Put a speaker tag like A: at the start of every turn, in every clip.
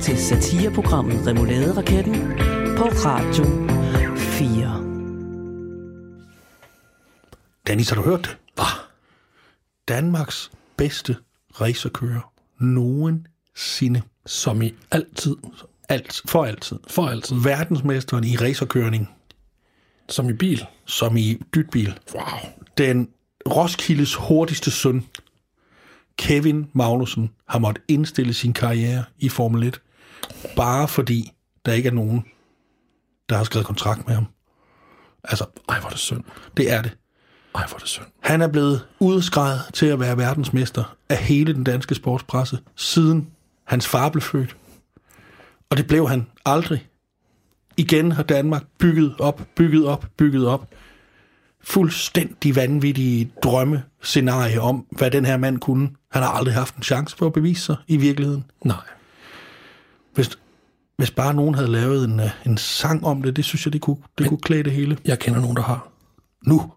A: til satireprogrammet Remouladeraketten på Radio 4.
B: Dennis, har du hørt det?
C: Hvad?
B: Danmarks bedste racerkører nogensinde.
C: Som i altid.
B: For altid.
C: For altid.
B: Verdensmesteren i racerkørning.
C: Som i bil.
B: Som i dytbil.
C: Wow.
B: Den Roskildes hurtigste søn, Kevin Magnussen, har måttet indstille sin karriere i Formel 1, bare fordi der ikke er nogen, der har skrevet kontrakt med ham. Altså,
C: Ej, hvor er det synd.
B: det er det.
C: Ej, hvor er det synd.
B: Han er blevet udskreget til at være verdensmester af hele den danske sportspresse, siden hans far blev født. Og det blev han aldrig. Igen har Danmark bygget op. Fuldstændig vanvittige drømmescenarie om, hvad den her mand kunne. Han har aldrig haft en chance for at bevise sig i virkeligheden.
C: Nej.
B: Hvis bare nogen havde lavet en sang om det, det synes jeg, det kunne klæde det hele.
C: Jeg kender nogen, der har.
B: Nu.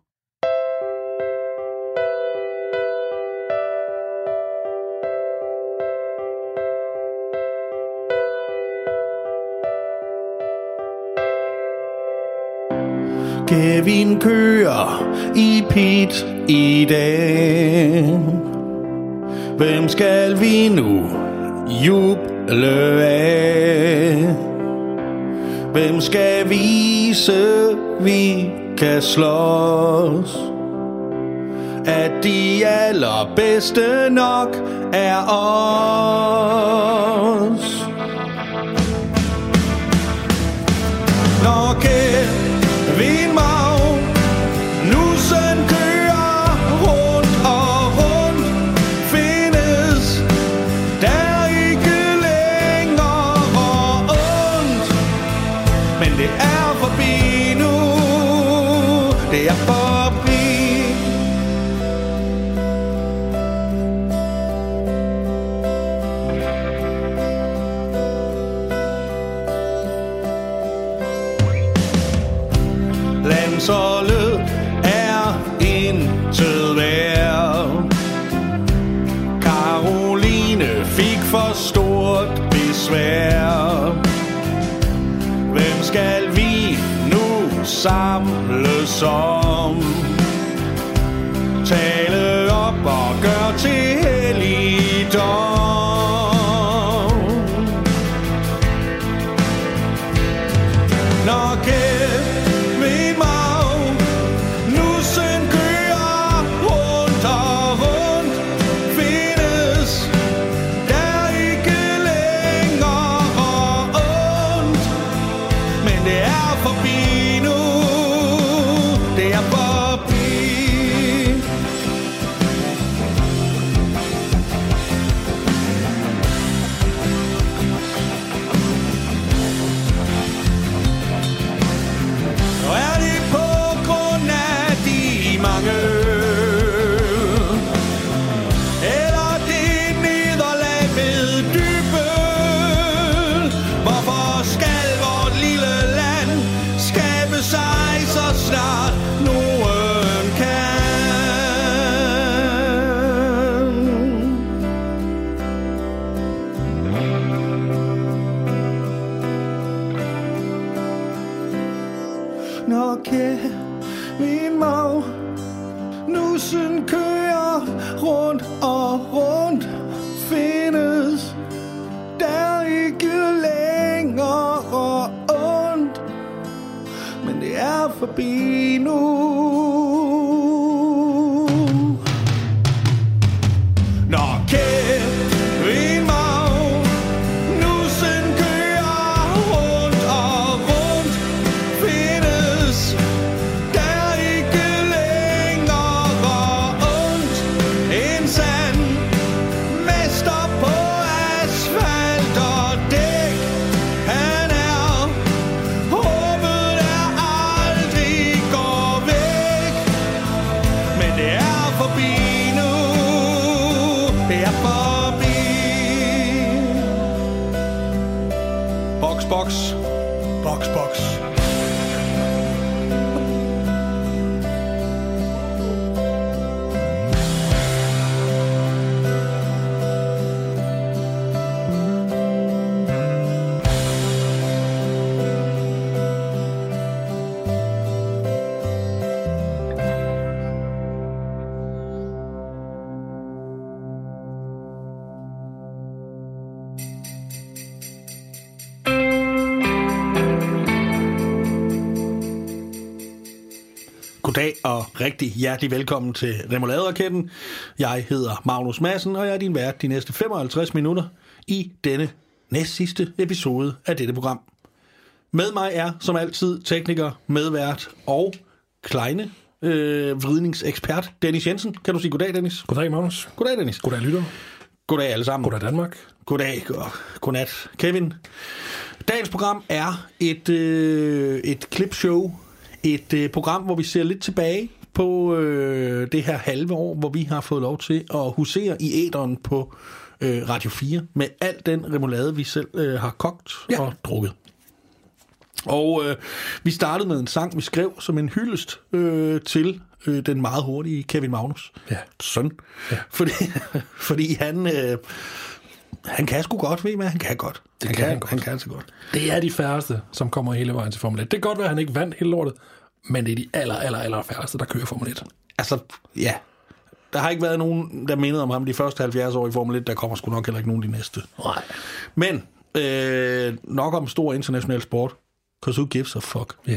B: Kevin kører i pit i dag. Hvem skal vi nu juble af? Hvem skal vise, vi kan slås? At de allerbedste nok er os. Når Kevin Magnussen kører rundt og rundt, findes der ikke længere ondt. Men det er forbi nu, det er forbi. Landsholdet er intet værd. Caroline fik for stort besvær. Hvem skal vi nu samles om? Tale op og gør til helligdom. Når Kevin Magnussen kører rundt og rundt, findes der ikke længere ondt. Men det er forbi nu, det er forbi. Og er det på grund af de mange, eller det nederlag ved dybet? Hvorfor skal vort lille land skabe sig så snart nogen kan? Når Kevin Magnussen kører rundt og rundt, findes der ikke længere ondt. Men det er forbi nu. Når Kevin Magnussen kører rundt og rundt, findes der ikke længere ondt. En sand mester på asfalt og dæk. Han er håbet, der aldrig går væk. Men det er forbi nu, det er forbi. Box, box, box, box. Goddag og rigtig hjertelig velkommen til Remoulade-raketten. Jeg hedder Magnus Madsen, og jeg er din vært de næste 55 minutter i denne næstsidste episode af dette program. Med mig er, som altid, tekniker, medvært og kleine vridningsekspert Dennis Jensen. Kan du sige goddag, Dennis?
C: Goddag, Magnus.
B: Goddag, Dennis.
C: Goddag, lytter.
B: Goddag alle sammen.
C: Goddag, Danmark.
B: Goddag og godnat, Kevin. Dagens program er et klipshow. Et program, hvor vi ser lidt tilbage på det her halve år, hvor vi har fået lov til at husere i æteren på Radio 4 med al den remoulade, vi selv har kogt og drukket. Og vi startede med en sang, vi skrev som en hyldest til den meget hurtige Kevin Magnus søn. Ja. Fordi han kan sgu godt, ved I hvad? Han kan godt. Han kan så godt.
C: Det er de færreste, som kommer hele vejen til Formel 1. Det kan godt være, at han ikke vandt hele lortet, men det er de aller færreste, der kører Formel 1.
B: Altså, ja. Der har ikke været nogen, der mindede om ham de første 70 år i Formel 1. Der kommer sgu nok heller ikke nogen de næste.
C: Nej.
B: Men nok om stor international sport. Because who gives a fuck?
C: Ja.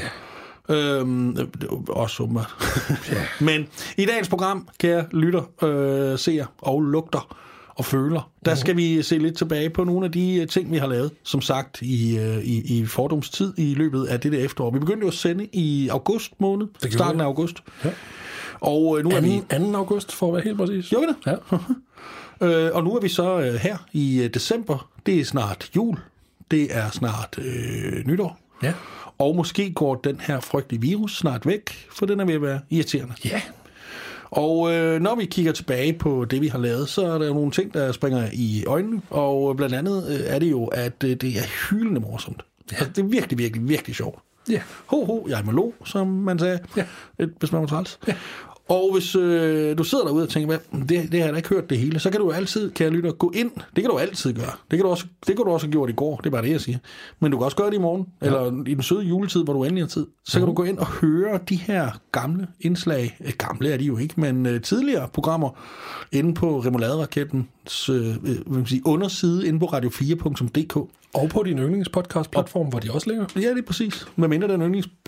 B: Også summer. Men i dagens program, kære lytter, seer og lugter og føler, der skal vi se lidt tilbage på nogle af de ting, vi har lavet, som sagt, i fordomstid i løbet af dette efterår. Vi begyndte jo at sende i august måned, starten af august. Ja. Og nu er vi
C: 2. august, for at være helt præcis.
B: Gjorde vi det? Ja. Og nu er vi så her i december. Det er snart jul. Det er snart nytår.
C: Ja.
B: Og måske går den her frygtelige virus snart væk, for den er ved at være irriterende.
C: Ja.
B: Og når vi kigger tilbage på det, vi har lavet, så er der jo nogle ting, der springer i øjnene. Og blandt andet er det jo, at det er hyldende morsomt. Ja. Altså, det er virkelig sjovt.
C: Ja.
B: Jeg må lo, som man sagde, hvis man var træls.
C: Ja.
B: Og hvis du sidder derude og tænker, det har jeg da ikke hørt det hele, så kan du jo altid, kære lytter, gå ind. Det kan du altid gøre. Det kan du også have gjort i går, det er bare det, jeg siger. Men du kan også gøre det i morgen, eller i den søde juletid, hvor du endelig har tid. Så kan du gå ind og høre de her gamle indslag. Gamle er de jo ikke, men tidligere programmer inde på Remoulade-rakettens underside inde på radio4.dk.
C: Og på din yndlingspodcast-platform, hvor de også ligger.
B: Ja, det er præcis. Med mindre den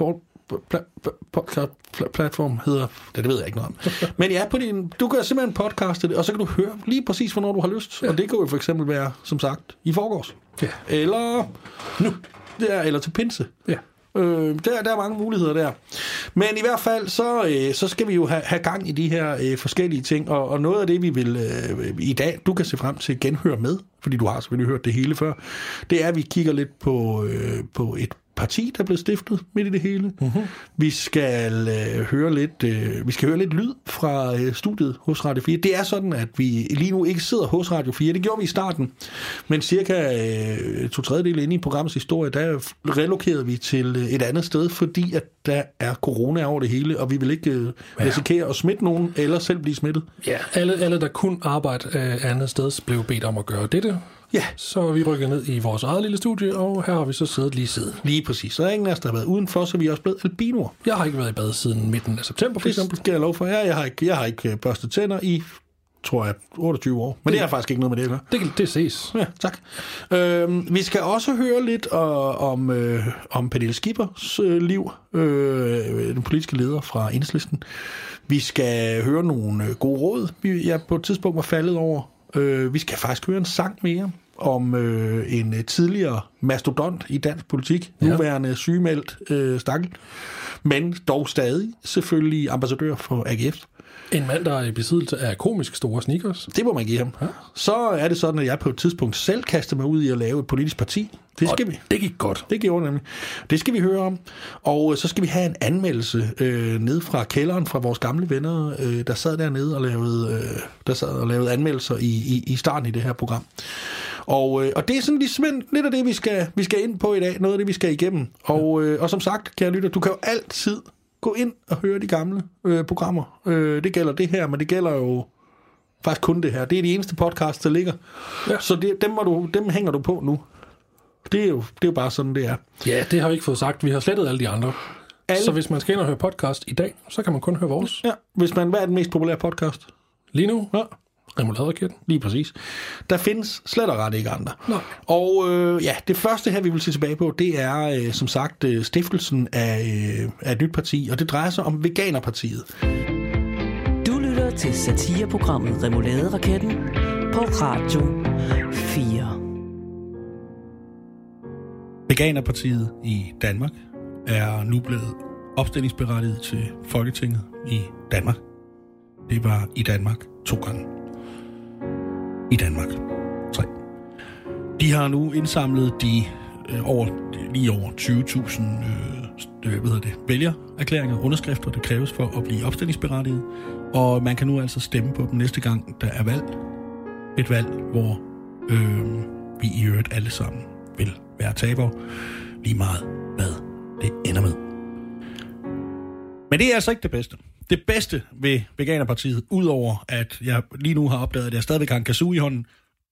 B: podcast-platform hedder, det ved jeg ikke noget om. Men ja, du kan simpelthen podcaste det, og så kan du høre lige præcis, hvornår du har lyst. Ja. Og det kan jo for eksempel være, som sagt, i forgårs. Ja. Eller nu. Eller til pinse. Ja. Der er mange muligheder der. Men i hvert fald, så skal vi jo have gang i de her forskellige ting, og noget af det, vi vil i dag, du kan se frem til genhøre med, fordi du har selvfølgelig hørt det hele før, det er, at vi kigger lidt på et parti, der er blevet stiftet midt i det hele. Mm-hmm. Vi skal høre lidt lyd fra studiet hos Radio 4. Det er sådan, at vi lige nu ikke sidder hos Radio 4. Det gjorde vi i starten. Men cirka 2/3 inde i programmets historie, der relokerede vi til et andet sted, fordi at der er corona over det hele, og vi vil ikke risikere at smitte nogen, eller selv blive smittet. Ja,
C: alle der kun arbejder andet sted, blev bedt om at gøre dette.
B: Ja.
C: Så vi rykker ned i vores eget lille studie, og her har vi så siddet lige siden.
B: Lige præcis. Så er ingen af os, der har været udenfor, så vi er også blevet albinoer.
C: Jeg har ikke været i bad siden midten af september, for eksempel.
B: Det skal jeg lov for. Jeg har ikke børstet tænder i, tror jeg, 28 år. Men det har faktisk ikke noget med det at gøre.
C: Det ses.
B: Ja, tak. Vi skal også høre lidt om Pernille Skippers liv, den politiske leder fra Enhedslisten. Vi skal høre nogle gode råd, jeg på et tidspunkt var faldet over. Vi skal faktisk høre en sang mere om en tidligere mastodont i dansk politik, nuværende sygemeldt stakkel, men dog stadig selvfølgelig ambassadør for AGF.
C: En mand, der er i besiddelse af komisk store sneakers.
B: Det må man give ham. Ja. Så er det sådan, at jeg på et tidspunkt selv kastede mig ud i at lave et politisk parti.
C: Det gik godt.
B: Det gjorde nemlig. Det skal vi høre om. Og så skal vi have en anmeldelse ned fra kælderen fra vores gamle venner, der sad dernede og lavede anmeldelser i starten i det her program. Og det er sådan lidt af det, vi skal ind på i dag. Noget af det, vi skal igennem. Og som sagt, kære lytter, du kan jo altid gå ind og høre de gamle programmer. Det gælder det her, men det gælder jo faktisk kun det her. Det er de eneste podcast, der ligger. Ja. Så dem hænger du på nu. Det er jo bare sådan, det er.
C: Ja, det har vi ikke fået sagt. Vi har slettet alle de andre. Så hvis man skal ind og høre podcast i dag, så kan man kun høre vores.
B: Ja, hvad er den mest populære podcast?
C: Lige nu?
B: Ja.
C: Remoulade-raketten.
B: Lige præcis. Der findes slet og ret ikke andre.
C: Nej.
B: Og det første her, vi vil se tilbage på, det er som sagt stiftelsen af et nyt parti, og det drejer sig om Veganerpartiet.
A: Du lytter til satireprogrammet Remoulade-raketten på Radio 4.
B: Veganerpartiet i Danmark er nu blevet opstillingsberettiget til Folketinget i Danmark. Det var i Danmark 2 gange. I Danmark 3. De har nu indsamlet lige over 20.000 vælgererklæringer, underskrifter, der kræves for at blive opstillingsberettiget. Og man kan nu altså stemme på dem næste gang, der er valg. Et valg, hvor vi i øvrigt alle sammen vil være tabere. Lige meget, hvad det ender med. Men det er altså ikke det bedste. Det bedste ved Veganerpartiet, udover at jeg lige nu har opdaget, at jeg stadigvæk har en kazoo i hånden,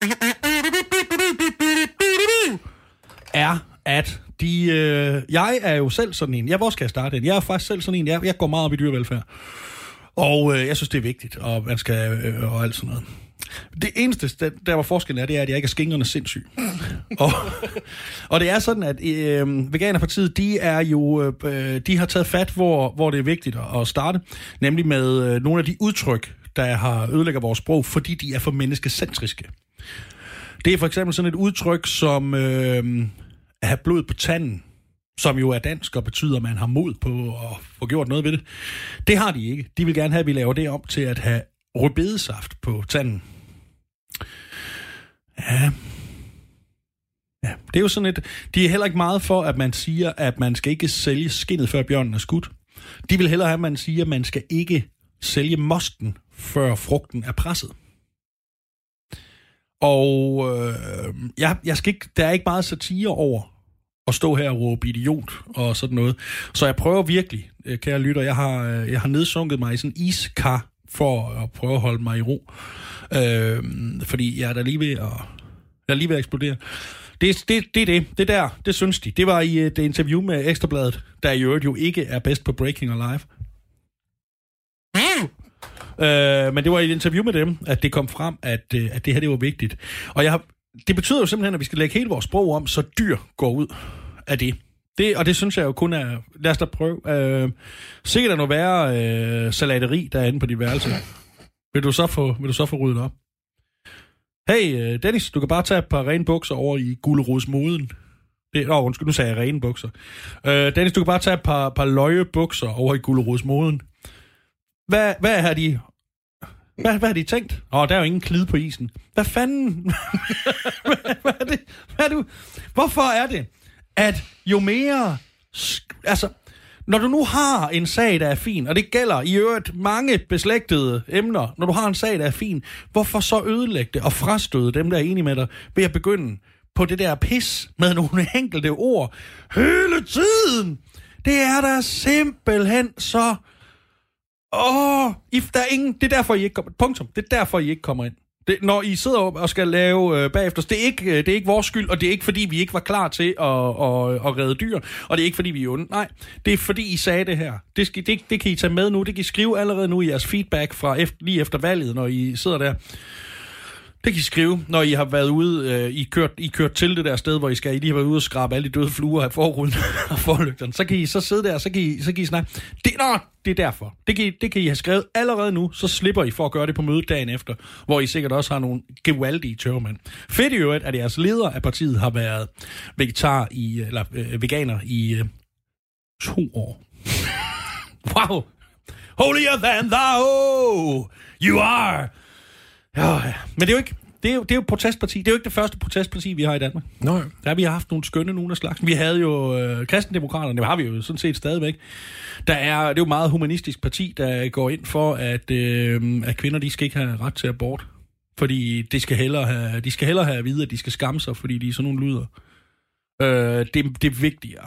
B: er, at jeg er jo selv sådan en. Hvor skal jeg starte den? Jeg er faktisk selv sådan en. Jeg går meget op i dyrevelfærd. Og jeg synes, det er vigtigt, og man skal og alt sådan noget. Det eneste, der var forskellen det er, at jeg ikke er skingrende sindssyg. og det er sådan, at Veganerpartiet, de har taget fat, hvor det er vigtigt at starte, nemlig med nogle af de udtryk, der har ødelægger vores sprog, fordi de er for menneskecentriske. Det er for eksempel sådan et udtryk som at have blod på tanden, som jo er dansk og betyder, at man har mod på at få gjort noget ved det. Det har de ikke. De vil gerne have, at vi laver det om til at have rødbedesaft på tanden. Ja, det er jo sådan et... De er heller ikke meget for, at man siger, at man skal ikke sælge skindet, før bjørnen er skudt. De vil hellere have, at man siger, at man skal ikke sælge mosten, før frugten er presset. Og jeg skal ikke... Der er ikke meget satire over at stå her og råbe idiot og sådan noget. Så jeg prøver virkelig, kære lytter, jeg har nedsunket mig i sådan en iskar for at prøve at holde mig i ro. Fordi jeg er da lige ved at eksplodere. Det synes de. Det var i et interview med Ekstrabladet, der i øvrigt jo ikke er bedst på Breaking og Live. Men det var i et interview med dem, at det kom frem, at det her det var vigtigt. Og det betyder jo simpelthen, at vi skal lægge hele vores sprog om, så dyr går ud af det. Og det synes jeg jo kun er... Lad os da prøve. Sikkert der nu være salateri derinde på dit værelse. Vil du så få ryddet op? Hey, Dennis, du kan bare tage et par rene bukser over i gulerodsmoden. Undskyld, nu sagde jeg rene bukser. Dennis, du kan bare tage et par løjebukser over i gulerodsmoden. Hvad har de tænkt? Der er jo ingen klid på isen. Hvad fanden? Hvad er det? Hvorfor er det, at jo mere... Altså, når du nu har en sag, der er fin, og det gælder i øvrigt mange beslægtede emner, når du har en sag, der er fin, hvorfor så ødelægge det og frastøde dem, der er enige med dig, ved at begynde på det der pis med nogle enkelte ord hele tiden? Det er der simpelthen så... det er derfor, I ikke kommer... Punktum. Det er derfor, I ikke kommer ind. Når I sidder op og skal lave bagefter, det er ikke vores skyld, og det er ikke fordi, vi ikke var klar til at redde dyr, og det er ikke fordi, vi er onde. Nej, det er fordi, I sagde det her. Det kan I tage med nu, det kan I skrive allerede nu i jeres feedback fra lige efter valget, når I sidder der. Det kan I skrive, når I har været ude, I kørt til det der sted, hvor I skal. I lige har været ude og skrabe alle de døde fluer af forruden og forlygterne. Så kan I så sidde der, så kan I snakke. Det er derfor. Det kan I have skrevet allerede nu, så slipper I for at gøre det på mødet dagen efter, hvor I sikkert også har nogle gevaldige tørmænd. Fedt i øvrigt, at jeres leder af partiet har været veganer i 2 år. Wow! Holier than thou you are! Ja, men det er jo ikke... Det er jo et protestparti. Det er jo ikke det første protestparti, vi har i Danmark.
C: Nej.
B: Der har vi haft nogle skønne nogle af slags. Vi havde jo kristendemokraterne, det har vi jo sådan set stadigvæk. Det er jo meget humanistisk parti, der går ind for, at kvinder, de skal ikke have ret til abort. Fordi de skal hellere have at vide, at de skal skamme sig, fordi de er sådan nogle lyder. Det er vigtigere.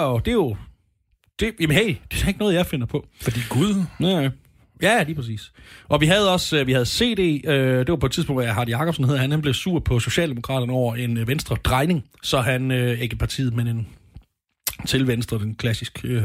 B: Jamen hey, det er ikke noget, jeg finder på.
C: Fordi Gud...
B: Nej. Ja, lige præcis. Og vi havde CD, det var på et tidspunkt, hvor Hardy Jacobsen hed, han blev sur på Socialdemokraterne over en venstre drejning, så han ikke partiet, men en til venstre, den klassiske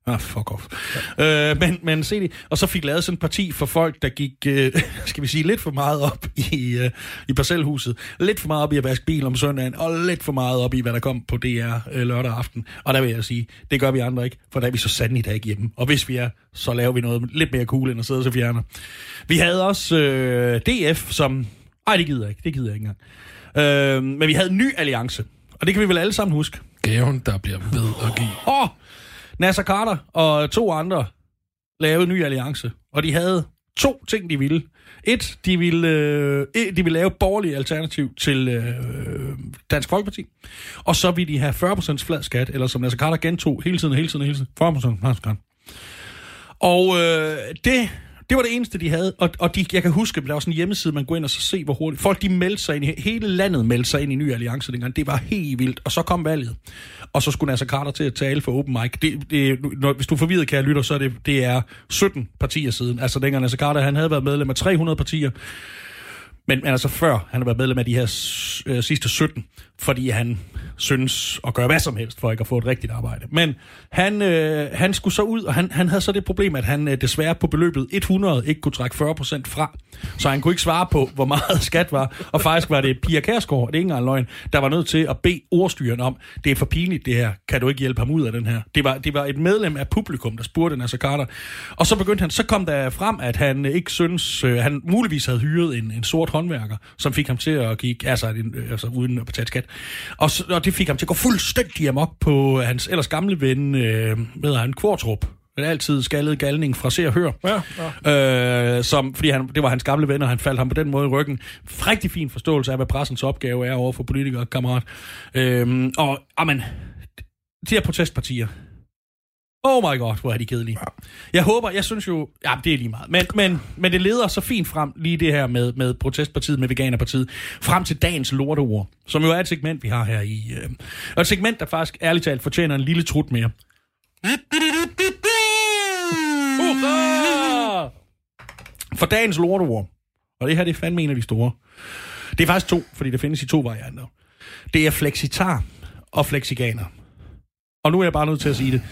B: Fuck off. Ja. Men se det. Og så fik lavet sådan et parti for folk, der gik, skal vi sige, lidt for meget op i parcelhuset. Lidt for meget op i at vaske bil om søndagen, og lidt for meget op i, hvad der kom på DR lørdag aften. Og der vil jeg sige, det gør vi andre ikke, for der er vi så sandelig der ikke hjemme. Og hvis vi er, så laver vi noget lidt mere cool, end at sidde og se fjerner. Vi havde også DF, som... Ej, det gider jeg ikke engang. Men vi havde en ny alliance, og det kan vi vel alle sammen huske.
C: Gaven, der bliver ved at give.
B: Nasser Carter og 2 andre lavede en ny alliance, og de havde 2 ting, de ville. De ville lave borgerlig alternativ til Dansk Folkeparti, og så ville de have 40% flad skat, eller som Nasser Carter gentog hele tiden, 40% flad skat. Og det var det eneste, de havde. Og jeg kan huske, der var sådan en hjemmeside, man går ind og så se, hvor hurtigt. Folk, de meldte sig ind i, hele landet meldte sig ind i Ny Alliance dengang. Det var helt vildt. Og så kom valget. Og så skulle Nasser Carter til at tale for Open Mic. Hvis du er forvirret, kære lytter, så er det er 17 partier siden. Altså dengang Nasser Carter, han havde været medlem af 300 partier. Men altså før, han har været medlem af de her sidste 17, fordi han synes at gøre hvad som helst, for ikke at få et rigtigt arbejde. Men han skulle så ud, og han havde så det problem, at han desværre på beløbet 100 ikke kunne trække 40% fra. Så han kunne ikke svare på, hvor meget skat var. Og faktisk var det Pia Kjærsgaard, det er ikke engang løgn, der var nødt til at bede ordstyren om, det er for pinligt det her, kan du ikke hjælpe ham ud af den her? Det var et medlem af publikum, der spurgte Nasser Carter. Og så kom der frem, at han ikke synes, han muligvis havde hyret en sort håndværker, som fik ham til at give, altså uden at betale skat. Og det fik ham til at gå fuldstændig amok på hans ellers gamle ven, Kvartrup. Den altid skaldede galning fra Se og Hør. Ja. Fordi det var hans gamle ven, og han faldt ham på den måde i ryggen. Rigtig fin forståelse af, hvad pressens opgave er over for politikere og kammerat. De her protestpartier. Oh my god, hvor er de kedelige. Ja. Jeg synes jo, det er lige meget. Men det leder så fint frem, lige det her med protestpartiet, med Veganerpartiet, frem til dagens lorteord, som jo er et segment, vi har her i... og et segment, der faktisk ærligt talt fortjener en lille trut mere. For dagens lorteord, og det her det er fandme en af de store. Det er faktisk 2, fordi det findes i 2 varianter. Det er flexitar og flexiganer. Og nu er jeg bare nødt til at sige det.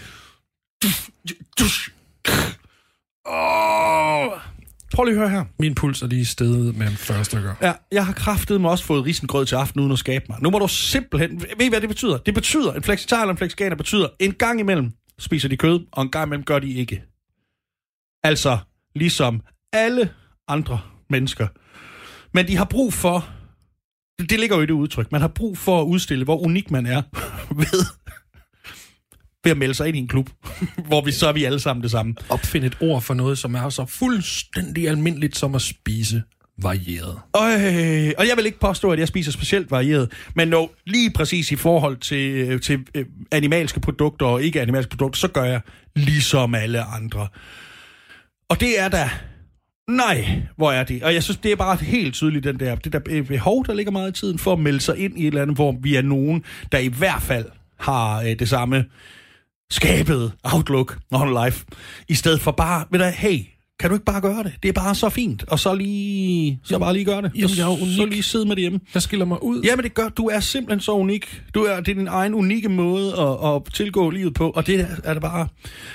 B: Prøv lige at høre her.
C: Min puls er lige steget med 40 stykker.
B: Ja, jeg har kraftedeme også fået risengrød til aften uden at skabe mig. Nu må du simpelthen... Ved I, hvad det betyder? Det betyder, en flexitar eller en flexiganer betyder, en gang imellem spiser de kød, og en gang imellem gør de ikke. Altså, ligesom alle andre mennesker. Men de har brug for... Det ligger jo i det udtryk. Man har brug for at udstille, hvor unik man er ved at melde sig ind i en klub, hvor så er vi alle sammen det samme.
C: Opfinde et ord for noget, som er så fuldstændig almindeligt som at spise varieret.
B: Og jeg vil ikke påstå, at jeg spiser specielt varieret, men lige præcis i forhold til animalske produkter og ikke animalske produkter, så gør jeg ligesom alle andre. Og det er da... Nej, hvor er det? Og jeg synes, det er bare helt tydeligt, det der behov, der ligger meget i tiden for at melde sig ind i et eller andet, hvor vi er nogen, der i hvert fald har det samme skabet outlook on life, i stedet for bare, hey, kan du ikke bare gøre det? Det er bare så fint, og så bare lige gøre det.
C: Jamen, jeg er unik.
B: Så lige sidde med det hjemme.
C: Jeg skiller mig ud.
B: Jamen, det gør, du er simpelthen så unik. Det er din egen unikke måde at tilgå livet på, og det er det bare...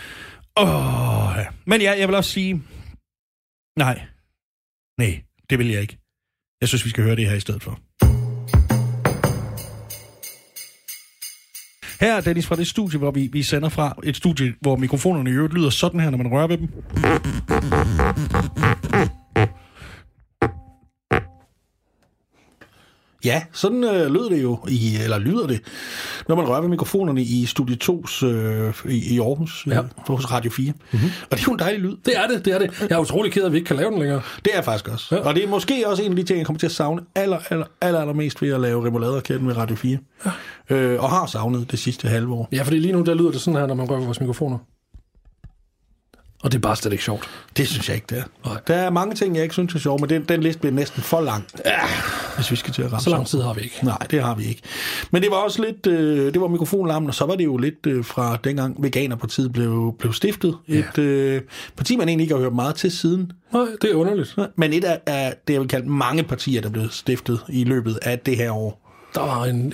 B: Men ja, jeg vil også sige... Nej, det vil jeg ikke. Jeg synes, vi skal høre det her i stedet for. Her er Dennis fra det studie, hvor vi sender fra. Et studie, hvor mikrofonerne i øvrigt lyder sådan her, når man rører ved dem. Ja, sådan lyder det jo, lyder det, når man rører ved mikrofonerne i Studie 2's i Aarhus, hos Radio 4. Mm-hmm. Og det er jo en dejlig lyd.
C: Det er det. Jeg er utrolig ked af, at vi ikke kan lave den længere.
B: Det er faktisk også. Ja. Og det er måske også en af de ting, jeg kommer til at savne allermest ved at lave Remoulade-raketten med Radio 4. Ja. Og har savnet det sidste halve år.
C: Ja, fordi lige nu der lyder det sådan her, når man rører ved vores mikrofoner. Og det er bare slet ikke sjovt.
B: Det synes jeg ikke, det er. Nej. Der er mange ting, jeg ikke synes er sjovt, men den liste bliver næsten for lang, hvis vi skal til at ramme.
C: Så lang tid har vi ikke.
B: Nej, det har vi ikke. Men det var også lidt, det var mikrofonlarmen, og så var det jo lidt fra dengang Veganerpartiet blev stiftet. Ja. Et parti, man egentlig ikke har hørt meget til siden.
C: Nej, det er underligt.
B: Men et af det, jeg vil kalde mange partier, der blev stiftet i løbet af det her år.
C: Der var en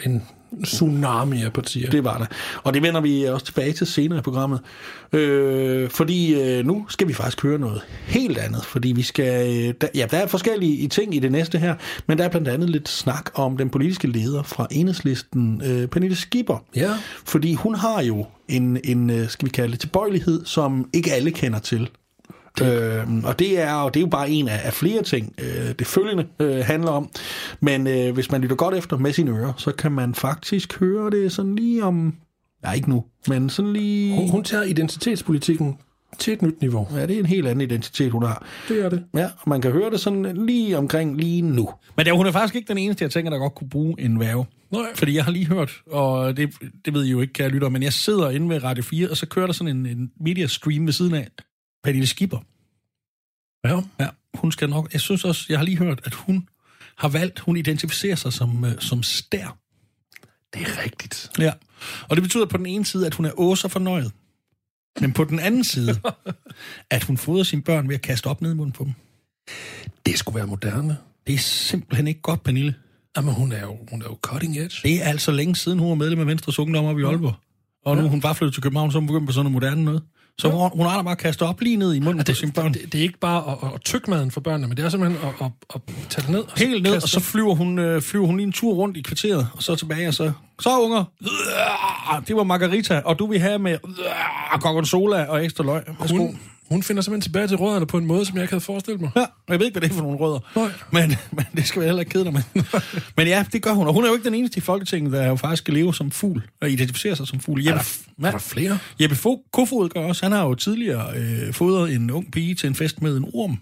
C: tsunami af partier.
B: Det var der. Og det vender vi også tilbage til senere i programmet. Fordi nu skal vi faktisk høre noget helt andet. Fordi vi skal... der er forskellige ting i det næste her, men der er blandt andet lidt snak om den politiske leder fra Enhedslisten, Pernille Skipper.
C: Ja.
B: Fordi hun har jo en skal vi kalde det, tilbøjelighed, som ikke alle kender til. Og det er jo bare en af flere ting, det følgende handler om. Men hvis man lytter godt efter med sine ører, så kan man faktisk høre det sådan lige om... Ja, ikke nu, men sådan lige...
C: Hun tager identitetspolitikken til et nyt niveau.
B: Ja, det er en helt anden identitet, hun har.
C: Det er det.
B: Ja, og man kan høre det sådan lige omkring lige nu. Men hun er faktisk ikke den eneste, jeg tænker, der godt kunne bruge en værge.
C: Nej.
B: Fordi jeg har lige hørt, og det ved I jo ikke, kære lytter, men jeg sidder inde ved Radio 4, og så kører der sådan en mediastream ved siden af Pernille Skipper. Ja, hun skal nok... Jeg synes også, jeg har lige hørt, at hun identificerer sig som stær.
C: Det er rigtigt.
B: Ja, og det betyder på den ene side, at hun er så fornøjet. Men på den anden side, at hun fodrer sine børn ved at kaste op ned i munden på dem.
C: Det skulle være moderne.
B: Det er simpelthen ikke godt, Pernille.
C: Jamen, hun er jo cutting edge.
B: Det er altså længe siden, hun var medlem af Venstres Ungdom oppe i Aalborg. Og nu hun bare flyttet til København, så hun begyndt på sådan noget moderne noget. Så hun har da bare kastet op lige ned i munden på sine børn.
C: Det er ikke bare at tykke maden for børnene, men det er simpelthen at tage det ned. Og
B: helt ned, og så flyver hun lige en tur rundt i kvarteret, og så tilbage, og så unger, det var margarita, og du vil have med gorgonzola og ekstra løg.
C: Hun finder simpelthen tilbage til rødderne på en måde, som jeg ikke havde forestillet mig.
B: Ja, og jeg ved ikke, hvad det er for nogle rødder.
C: Nej.
B: Men det skal vi heller ikke kede dig med. Men ja, det gør hun. Og hun er jo ikke den eneste i Folketinget, der jo faktisk skal leve som fugl, og identificere sig som fugl.
C: Er der flere?
B: Jeppe Kofod gør også. Han har jo tidligere fodret en ung pige til en fest med en orm.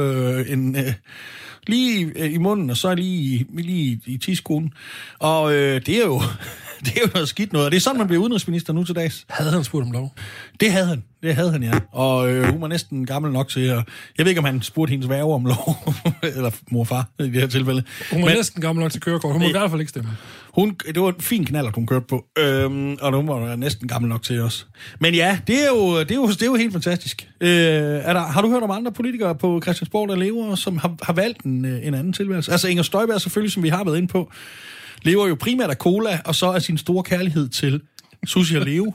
B: Lige i munden, og så lige i tidskolen. Og det er jo noget skidt noget. Og det er sådan, man bliver udenrigsminister nu til dags.
C: Havde han spurgt om lov?
B: Det havde han, ja. Og hun var næsten gammel nok til at... Jeg ved ikke, om han spurgte hendes værge om lov, eller morfar i det her tilfælde.
C: Hun var næsten gammel nok til kørekort. Hun må i hvert fald ikke stemme.
B: Det var en fin knallert, hun kørte på. Og hun var næsten gammel nok til os. Men ja, det er jo helt fantastisk. Har du hørt om andre politikere på Christiansborg, der lever, som har valgt en anden tilværelse? Altså Inger Støjberg selvfølgelig, som vi har været inde på, lever jo primært af cola, og så af sin store kærlighed til sushi og leve.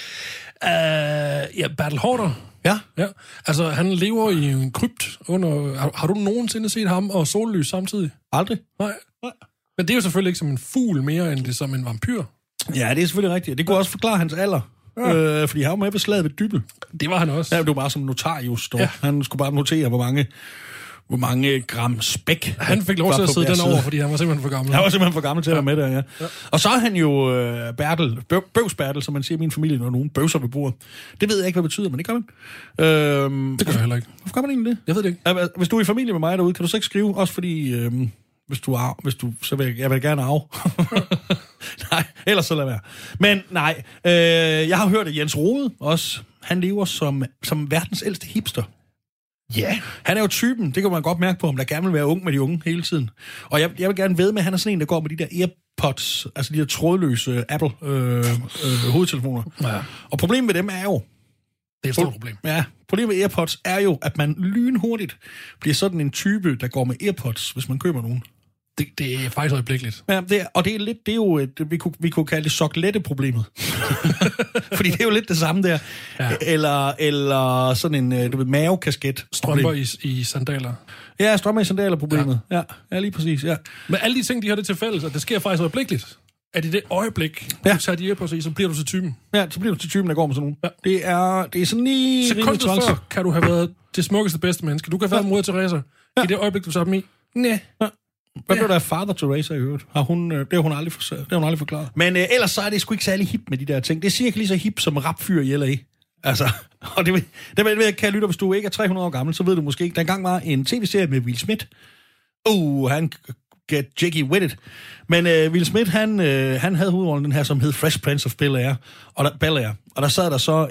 C: Bertel Haarder. Ja. Altså, han lever i en krypt under... Har du nogensinde set ham og sollys samtidig?
B: Aldrig.
C: Nej. Men det er jo selvfølgelig ikke som en fugl mere, end det som en vampyr.
B: Ja, det er selvfølgelig rigtigt. Det kunne også forklare hans alder. Ja. Fordi han var med på slaget ved Dybbøl.
C: Det var han også.
B: Ja, det var bare som notarius. Ja. Han skulle bare notere, hvor mange gram spæk.
C: Han fik lov til at sidde den over, fordi han var simpelthen for gammel.
B: Han var simpelthen for gammel til at være med der, ja. Og så er han jo Bertel, som man siger i min familie, når nogen bøvser ved bordet. Det ved jeg ikke, hvad det betyder, men det gør man.
C: Det gør jeg heller ikke.
B: Hvorfor gør man egentlig det?
C: Jeg ved det ikke.
B: Hvis du er i familie med mig derude, kan du så ikke skrive, også fordi... så vil jeg gerne arve. Nej, ellers så lad være. Men nej, jeg har hørt, at Jens Rohde også, han lever som verdens ældste hipster. Ja. Han er jo typen, det kan man godt mærke på, om der gerne vil være ung med de unge hele tiden. Og jeg vil gerne vædde med, at han er sådan en, der går med de der AirPods, altså de der trådløse Apple hovedtelefoner. Ja. Og problemet med dem er jo...
C: Det er et stort problem.
B: Ja, problemet med AirPods er jo, at man lynhurtigt bliver sådan en type, der går med AirPods, hvis man køber nogen.
C: Det er faktisk øjeblikkeligt.
B: Ja, det er jo vi kunne kalde det soklette-problemet. Fordi det er jo lidt det samme der. Ja. Eller sådan en mavekasket.
C: Strømper i sandaler.
B: Ja, strømper i sandaler-problemet. Ja, lige præcis, ja.
C: Men alle de ting, de har det til fælles, og det sker faktisk øjeblikkeligt. At i det øjeblik, du tager de AirPods i, så bliver du til typen. Ja,
B: så bliver du til typen, der går med sådan nogen. Ja. Det er sådan lige...
C: Sekundet før kan du have været det smukkeste, bedste menneske. Du kan have været moder Teresa. Ja. I det øjeblik, du tager dem i. Næh. Ja.
B: Hvad blev der af Father Teresa i øvrigt? Det har hun aldrig forklaret. Men ellers så er det sgu ikke særlig hip med de der ting. Det er cirka lige så hip som rapfyr i LA. Altså, og det kan jeg lytte, hvis du ikke er 300 år gammel, så ved du måske ikke. Der engang var en tv-serie med Will Smith. Han get jiggy with it. Men Will Smith, han havde hovedrollen den her, som hed Fresh Prince of Bel-Air. Og der sad der så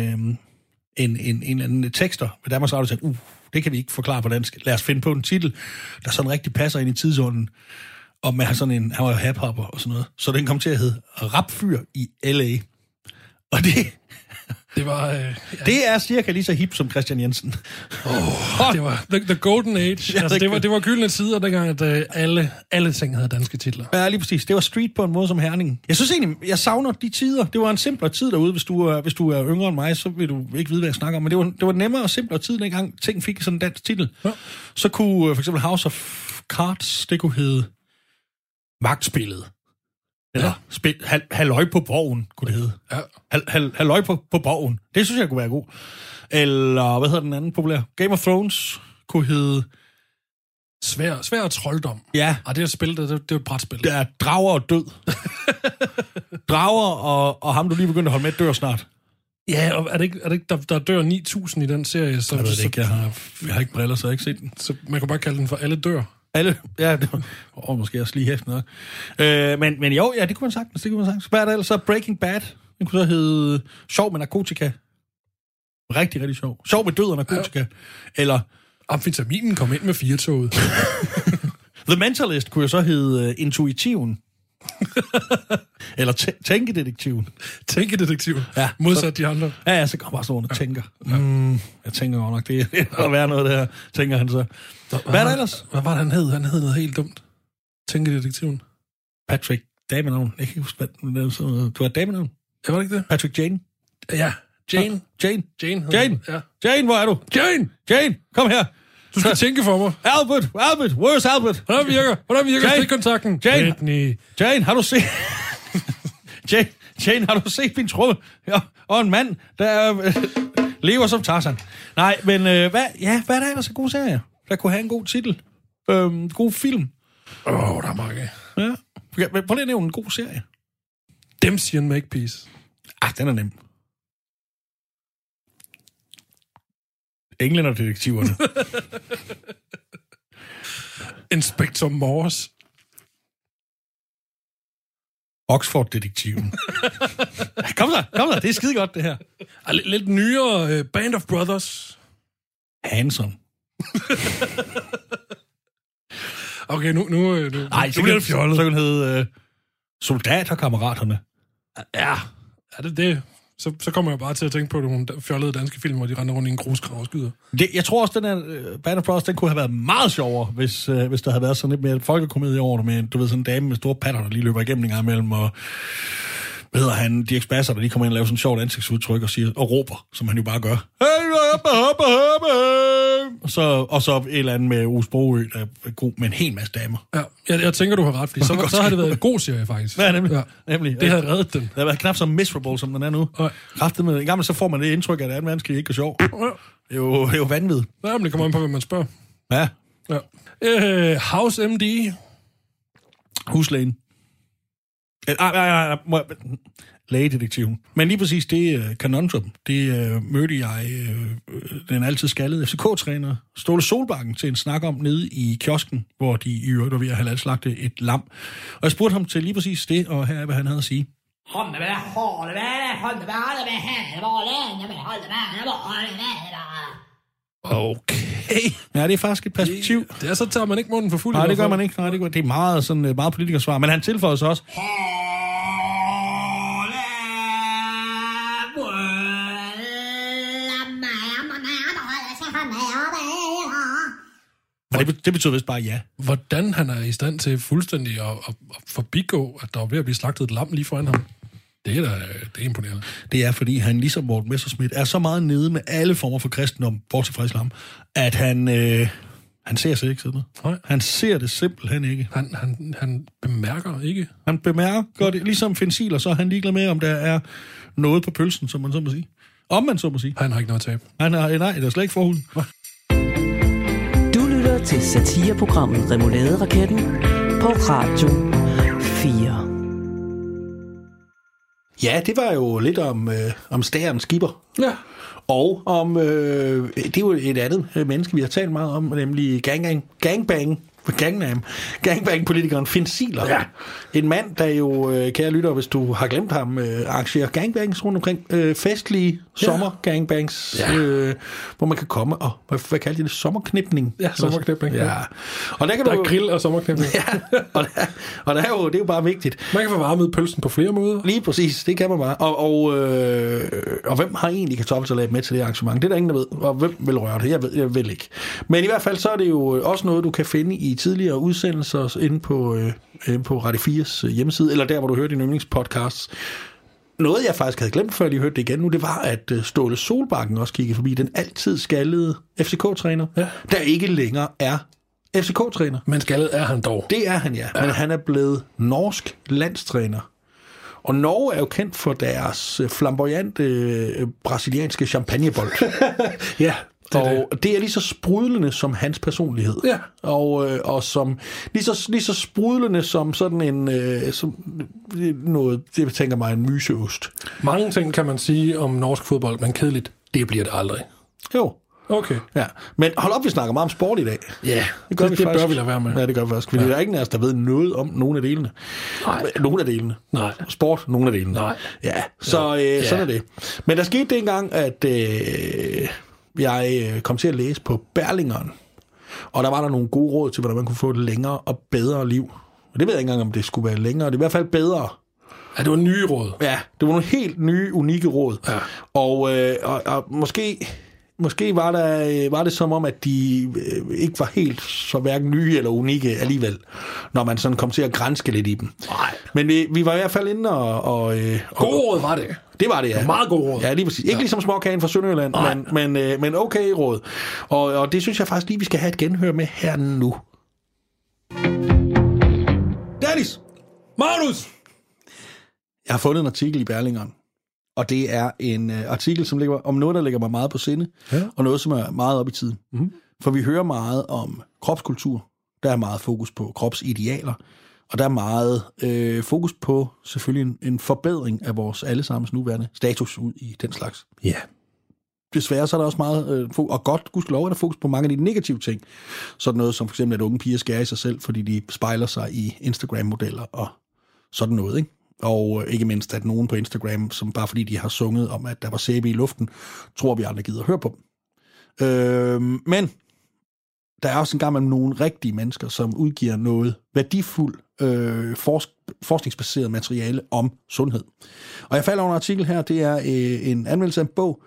B: en tekster ved Danmarks Radio, og sagde, det kan vi ikke forklare på dansk. Lad os finde på en titel, der sådan rigtig passer ind i tidsordenen. Og med han var jo hip-hopper og sådan noget. Så den kom til at hedde Rapfyr i L.A. Og
C: Det var...
B: Det er cirka lige så hip som Christian Jensen.
C: Det var the golden age.
B: Ja,
C: altså, det var gyldne tider, dengang at alle ting havde danske titler.
B: Ja, lige præcis. Det var street på en måde som Herning. Jeg synes egentlig, jeg savner de tider. Det var en simplere tid derude. Hvis du er yngre end mig, så vil du ikke vide, hvad jeg snakker om. Men det var nemmere og simplere tid, dengang ting fik sådan en dansk titel. Ja. Så kunne for eksempel House of Cards, det kunne hedde Magtspillet. Eller Halløj på borgen, kunne det hedde. Ja. Halløj på borgen. Det synes jeg kunne være god. Eller, hvad hedder den anden populær? Game of Thrones kunne hedde...
C: Svær og trolddom.
B: Ja.
C: Og det er et spil, det er et brætspil.
B: Det er drager og død. Drager og ham, du lige begyndte at holde med, dør snart.
C: Ja, og er det ikke der dør 9.000 i den serie? Så,
B: jeg ved det ikke, jeg har ikke briller, så jeg har ikke set den.
C: Så man kan bare kalde den for Alle dør.
B: Alle? Ja, det var måske også lige hæft noget. Men jo, ja, det kunne man sagtens. Hvad er der ellers så? Breaking Bad. Den kunne så hedde Sjov med narkotika. Rigtig, rigtig sjov. Sjov med død og narkotika. Ja. Eller...
C: Amfetaminen kom ind med 4-toget.
B: The Mentalist kunne jo så hedde Intuitiven. Eller Tænkedetektiven.
C: Tænkedetektiven?
B: Ja.
C: Modsat de andre.
B: Ja, så kommer bare sådan noget, tænker. Jeg tænker godt nok, det er at være noget der, tænker han så. Hvad er der ellers?
C: Hvad var det, han hed? Han hed noget helt dumt. Tænkedetektiven.
B: Patrick Damenavn. Jeg kan ikke huske, hvad du har Damenavn?
C: Ja, var det ikke det?
B: Patrick Jane?
C: Ja. Jane,
B: ja. Jane, hvor er du? Jane, kom her.
C: Du skal tænke for mig.
B: Albert, where's Albert?
C: Hvordan virker stikkontakten?
B: Jane, har du set... Jane, har du set min tromme? Ja, og en mand, der lever som Tarzan. Nej, men hvad er der ellers en god serie? Der kunne have en god titel. God film.
C: Der er mange.
B: Ja. Prøv lige at nævne en god serie.
C: Dempsey and Makepeace.
B: Den er nem. Englænderdetektiverne.
C: Inspector Morse.
B: Oxford-detektiven. Kom så, det er skide godt, det her.
C: Lidt nyere Band of Brothers.
B: Hanson.
C: Okay, nu bliver det fjollet.
B: Så kan den hedde Soldaterkammeraterne.
C: Ja, er det? Så kommer jeg bare til at tænke på nogle fjollede danske film, hvor de render rundt i en grusgrav og skyder.
B: Jeg tror også, den her Band of Brothers, den kunne have været meget sjovere, hvis der havde været sådan lidt mere folkekomedie over det, med, du ved, sådan en dame med store patter, der lige løber igennem en gang imellem, og hvad hedder han, Dirk Passer, der lige kommer ind og laver sådan et sjovt ansigtsudtryk og siger, og råber, som han jo bare gør. Og så et eller andet med Ove Sprogøe, der er god med en hel masse damer.
C: Ja, jeg tænker, du har ret, fordi så har det været en god serie, faktisk.
B: Ja, nemlig.
C: Det havde reddet den.
B: Det har været knap så miserable, som den er nu. Kraftigt med. En gammel, så får man det indtryk, at 2. verdenskrig ikke er sjov. Det er jo vanvittigt.
C: Ja, men det kommer an på, hvad man spørger.
B: Ja.
C: House MD.
B: Huslægen. Lægedetektiven. Men lige præcis det conundrum, det mødte jeg den altid skaldede FCK-træner Ståle Solbakken til en snak om nede i kiosken, hvor de i øvrigt var ved at have slagtet et lam. Og jeg spurgte ham til lige præcis det, og her er, hvad han havde at sige. Okay. Ja, det er faktisk et perspektiv.
C: Det er så tager man ikke munden for fuld.
B: Nej, det gør man ikke. Det er meget, sådan, meget politikersvar. Men han tilføjer sig også. Og det betyder vist bare ja.
C: Hvordan han er i stand til fuldstændig at forbigå, at der er ved at blive slagtet et lam lige foran ham. Det er imponerende.
B: Det er, fordi han ligesom Morten Messerschmidt er så meget nede med alle former for kristendom, bortset fra islam, at han ser sig ikke sådan noget. Han ser det simpelthen ikke.
C: Han bemærker ikke.
B: Han bemærker det. Ligesom Fensiler, så er han ligeglad med, om der er noget på pølsen, som man så må sige. Om man så må sige.
C: Han har ikke noget at tabe.
B: Nej, det er slet ikke forhuden.
A: Du lytter til satireprogrammet Remouladeraketten på Radio 4.
B: Ja, det var jo lidt om Stæren Skipper.
C: Ja.
B: Og om, det er jo et andet menneske, vi har talt meget om, nemlig gangbang. Gangbang-politikeren Finn Ziegler. Ja. En mand, der jo, kære lytter, hvis du har glemt ham, arrangerer gangbangs rundt omkring. Festlige sommergangbangs, hvor man kan komme og, hvad kalder de det? Sommerknipning.
C: Ja, sommerknipning.
B: Ja. Og der
C: er grill og sommerknipning.
B: Ja, og det er jo bare vigtigt.
C: Man kan få varmet pølsen på flere måder.
B: Lige præcis, det kan man bare. Og hvem har egentlig kartoffelsalat med til det arrangement? Det er der ingen, der ved. Og hvem vil røre det? Jeg ved ikke. Men i hvert fald så er det jo også noget, du kan finde i tidligere udsendelser inde på Radio 4's hjemmeside, eller der, hvor du hører dine yndlingspodcasts. Noget, jeg faktisk havde glemt, før jeg lige hørte det igen nu, det var, at Ståle Solbakken også kiggede forbi, den altid skaldede FCK-træner, der ikke længere er FCK-træner.
C: Men skaldet er han dog.
B: Det er han, ja. Men han er blevet norsk landstræner. Og Norge er jo kendt for deres flamboyante brasilianske champagnebold.
C: Ja.
B: Det er lige så sprudlende som hans personlighed.
C: Ja.
B: Og som lige så sprudlende som sådan en som noget, det tænker mig, en myseost.
C: Mange ting kan man sige om norsk fodbold, men kedeligt, det bliver det aldrig.
B: Jo.
C: Okay.
B: Ja. Men hold op, vi snakker meget om sport i dag.
C: Ja, det bør vi lade være med.
B: Ja, det gør vi faktisk. Fordi der er ingen af os, der ved noget om nogen af delene.
C: Nej.
B: Nogle af delene.
C: Nej.
B: Sport, nogle af delene.
C: Nej.
B: Ja, så sådan er det. Men der skete det engang, at jeg kom til at læse på Berlingeren. Og der var der nogle gode råd til, hvordan man kunne få et længere og bedre liv. Og det ved jeg ikke engang, om det skulle være længere. Det er i hvert fald bedre.
C: Ja, det var nye råd.
B: Ja, det var nogle helt nye, unikke råd. Ja. Og måske var det som om, at de ikke var helt så hverken nye eller unikke alligevel, når man sådan kom til at granske lidt i dem.
C: Nej.
B: Men vi var i hvert fald inde og
C: gode råd var det.
B: Det var det, ja.
C: Meget gode råd.
B: Ja, lige præcis. Ikke ligesom småkagen fra Sønderjylland, men okay råd. Og det synes jeg faktisk lige, vi skal have et genhør med her nu. Dennis!
C: Magnus!
B: Jeg har fundet en artikel i Berlingeren. Og det er en artikel, som ligger om noget, der ligger mig meget på sinde, og noget, som er meget op i tiden. Mm. For vi hører meget om kropskultur. Der er meget fokus på kropsidealer, og der er meget fokus på selvfølgelig en forbedring af vores allesammens nuværende status ud i den slags.
C: Ja. Yeah.
B: Desværre så er der også meget, og godt gudskelov, er der fokus på mange af de negative ting. Sådan noget som for eksempel, at unge piger skærer i sig selv, fordi de spejler sig i Instagram-modeller og sådan noget, ikke? Og ikke mindst, at nogen på Instagram, som bare fordi de har sunget om, at der var sæbe i luften, tror vi aldrig gider at høre på dem. Men der er også en gang med nogle rigtige mennesker, som udgiver noget værdifuldt forskningsbaseret materiale om sundhed. Og jeg falder over en artikel her, det er en anmeldelse af en bog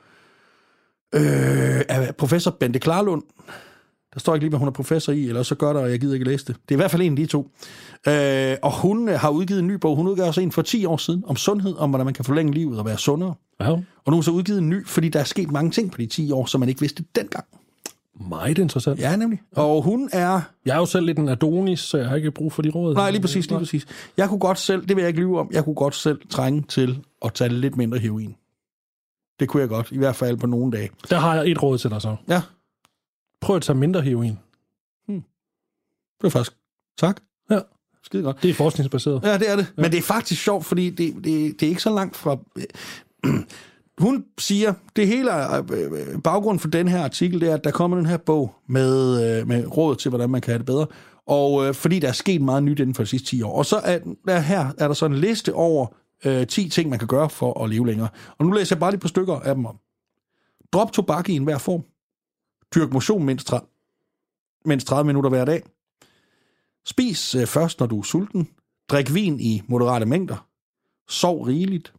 B: af professor Bente Klarlund. Der står ikke lige, hvad hun er professor i, eller så gør der, og jeg gider ikke læse det. Det er i hvert fald en af de to. Og hun har udgivet en ny bog. Hun udgav også en for 10 år siden om sundhed, om hvordan man kan forlænge livet og være sundere. Ja. Og nu har hun så udgivet en ny, fordi der er sket mange ting på de 10 år, som man ikke vidste dengang.
C: Meget interessant.
B: Ja, nemlig. Og hun er...
C: Jeg er jo selv lidt en Adonis, så jeg har ikke brug for de råd.
B: Nej, lige præcis. Jeg kunne godt selv, det vil jeg ikke lyve om, jeg kunne godt selv trænge til at tage lidt mindre heroin. Det kunne jeg godt, i hvert fald på nogle dage.
C: Der har jeg et råd til dig så.
B: Ja.
C: Prøv at tage mindre heroin.
B: Det er faktisk... Tak.
C: Ja.
B: Skide godt.
C: Det er forskningsbaseret.
B: Ja, det er det. Ja. Men det er faktisk sjovt, fordi det er ikke så langt fra... Hun siger, det hele baggrunden for den her artikel, det er, at der kommer den her bog med råd til, hvordan man kan have det bedre. Og fordi der er sket meget nyt inden for de sidste 10 år. Og så er der så en liste over 10 ting, man kan gøre for at leve længere. Og nu læser jeg bare lige på stykker af dem om. Drop tobak i enhver form. Dyrk motion mindst 30 minutter hver dag. Spis først, når du er sulten. Drik vin i moderate mængder. Sov rigeligt.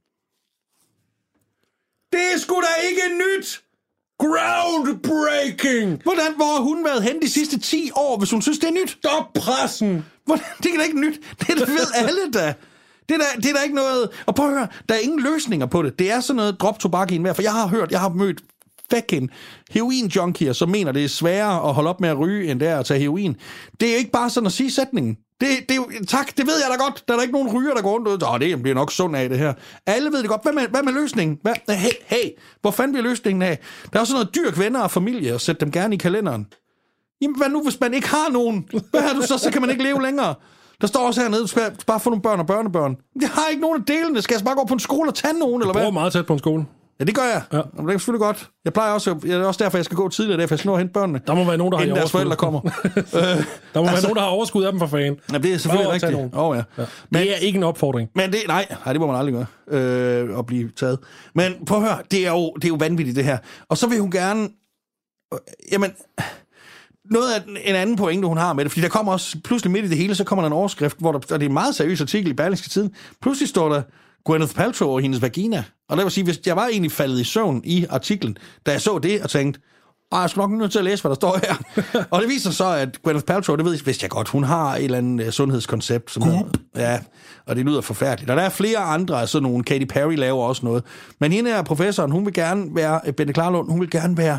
B: Det er sgu da ikke nyt!
C: Groundbreaking!
B: Hvor har hun været hen de sidste 10 år, hvis hun synes, det er nyt?
C: Stop pressen!
B: Det er da ikke nyt. Det ved alle da. Det er da ikke noget... Og prøv at høre, der er ingen løsninger på det. Det er sådan noget drop tobak i enhver. For jeg har mødt fucking heroin-junkier, som mener, det er sværere at holde op med at ryge, end det er at tage heroin. Det er ikke bare sådan at sige sætningen. Det er jo, tak, det ved jeg da godt. Der er der ikke nogen ryger, der går rundt ud. Det bliver nok sundt af det her. Alle ved det godt. Hvad med løsningen? Hey, hvor fanden bliver løsningen af? Der er også sådan noget dyrk venner og familie, og sæt dem gerne i kalenderen. Jamen, hvad nu, hvis man ikke har nogen? Hvad har du så kan man ikke leve længere. Der står også hernede, du skal bare få nogle børn og børnebørn. Jeg har ikke nogen af delene. Skal jeg bare gå på en skole og tage nogen, eller hvad?
C: Du bor meget tæt på en skole.
B: Ja, det gør jeg.
C: Ja.
B: Det er selvfølgelig godt. Jeg plejer også, det er også derfor, jeg skal gå tidligere, derfor jeg skal nå at hente børnene.
C: Der må være nogen, der har
B: inden deres
C: overskud.
B: forældre kommer.
C: Der må være nogen, der har overskud af dem for fanden.
B: Ja, det er selvfølgelig rigtigt. Ja.
C: Men, det er ikke en opfordring.
B: Men nej, det må man aldrig gøre, at blive taget. Men prøv at høre, det er jo vanvittigt, det her. Og så vil hun gerne... Jamen... Noget af en anden pointe, hun har med det, fordi der kommer også pludselig midt i det hele, så kommer der en overskrift, hvor det er en meget seriøs artikel i Berlingske Tiden. Pludselig står der Gwyneth Paltrow og hendes vagina. Og det vil sige, hvis jeg var egentlig faldet i søvn i artiklen, da jeg så det og tænkte, jeg skal nok nødt til at læse, hvad der står her. Og det viser så, at Gwyneth Paltrow, det vidste jeg godt, hun har et eller andet sundhedskoncept. Som ja, og det lyder forfærdeligt. Og der er flere andre, altså nogle, Katy Perry laver også noget. Men hende er professoren, hun vil gerne være, Bente Klarlund, hun vil gerne være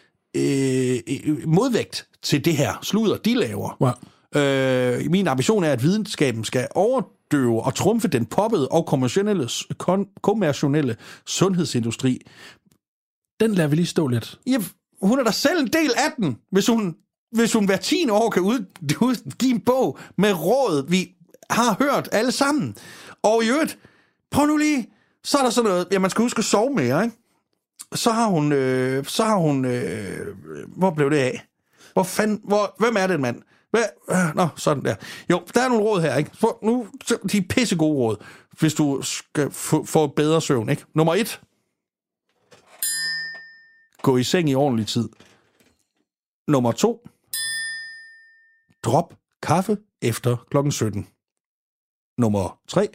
B: modvægt til det her sludder, de laver. Wow. Min ambition er, at videnskaben skal overdøve og trumfe den poppede og kommercielle sundhedsindustri.
C: Den lader vi lige stå lidt.
B: Ja, hun er da selv en del af den, hvis hun hver 10 år kan udgive en bog med råd, vi har hørt alle sammen. Og i øvrigt, prøv nu lige, så er der sådan noget, man skal huske at sove mere, ikke? Så har hun, hvor blev det af? Hvem er den mand? Nå, sådan der. Jo, der er nogle råd her, ikke? Nu, de er pissegode råd, hvis du skal få bedre søvn, ikke? Nummer 1. Gå i seng i ordentlig tid. Nummer 2. Drop kaffe efter klokken 17. Nummer 3.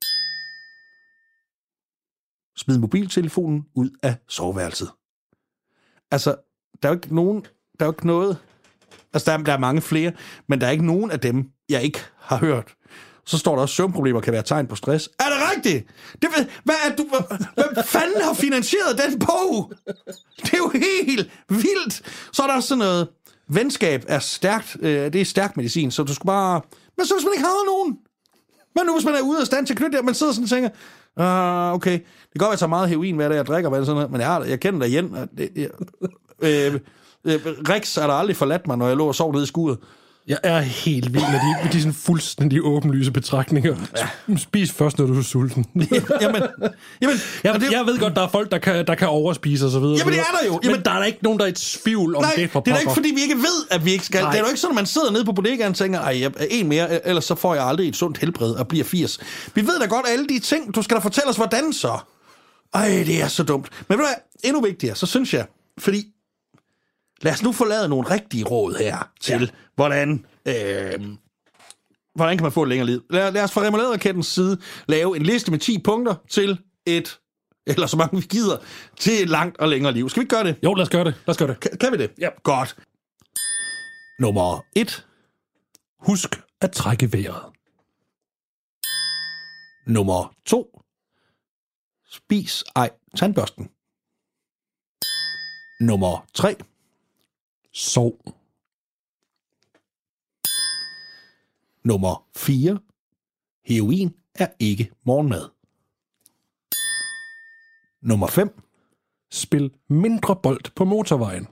B: Smid mobiltelefonen ud af soveværelset. Altså, der er jo ikke noget... Altså, der er mange flere, men der er ikke nogen af dem, jeg ikke har hørt. Så står der også, søvnproblemer kan være tegn på stress. Er det rigtigt? Hvem fanden har finansieret den bog? Det er jo helt vildt. Så er der også sådan noget, venskab er stærkt, det er stærk medicin, så du skal bare... Men så hvis man ikke har nogen? Men nu hvis man er ude af stand til at knytte det, man sidder sådan og tænker, okay, det kan godt være, at jeg tager meget heroin, hvad det er, jeg drikker, hvad det sådan noget, men jeg kender dig igen. Rex er der aldrig forladt mig, når jeg lå og sov nede i skuret.
C: Jeg er helt vild med de sådan fuldstændig åbenlyse betragtninger. Ja. Spis først, når du er sulten.
B: Jamen,
C: jeg ved godt, der er folk, der kan overspise og så videre.
B: Jamen, det er der jo.
C: Men der er der ikke nogen, der er i tvivl om det for pokker.
B: Det er da ikke, fordi vi ikke ved, at vi ikke skal. Nej. Det er jo ikke sådan, at man sidder nede på bodegaen og tænker, jeg er en mere, ellers så får jeg aldrig et sundt helbred og bliver 80. Vi ved da godt alle de ting. Du skal da fortælle os, hvordan så. Det er så dumt. Men ved du hvad, endnu vigtigere, så synes jeg, fordi lad os nu få lavet nogle rigtige råd her til, hvordan kan man få et længere liv. Lad os fra Remoulade-rakettens side lave en liste med 10 punkter til eller så mange vi gider, til et langt og længere liv. Skal vi ikke gøre det?
C: Jo, lad os gøre det.
B: Kan vi det?
C: Ja.
B: Godt. Nummer 1.
C: Husk at trække vejret.
B: Nummer 2. Spis tandbørsten. Nummer 3.
C: Sov.
B: Nummer 4. Heroin er ikke morgenmad. Nummer 5.
C: Spil mindre bold på motorvejen.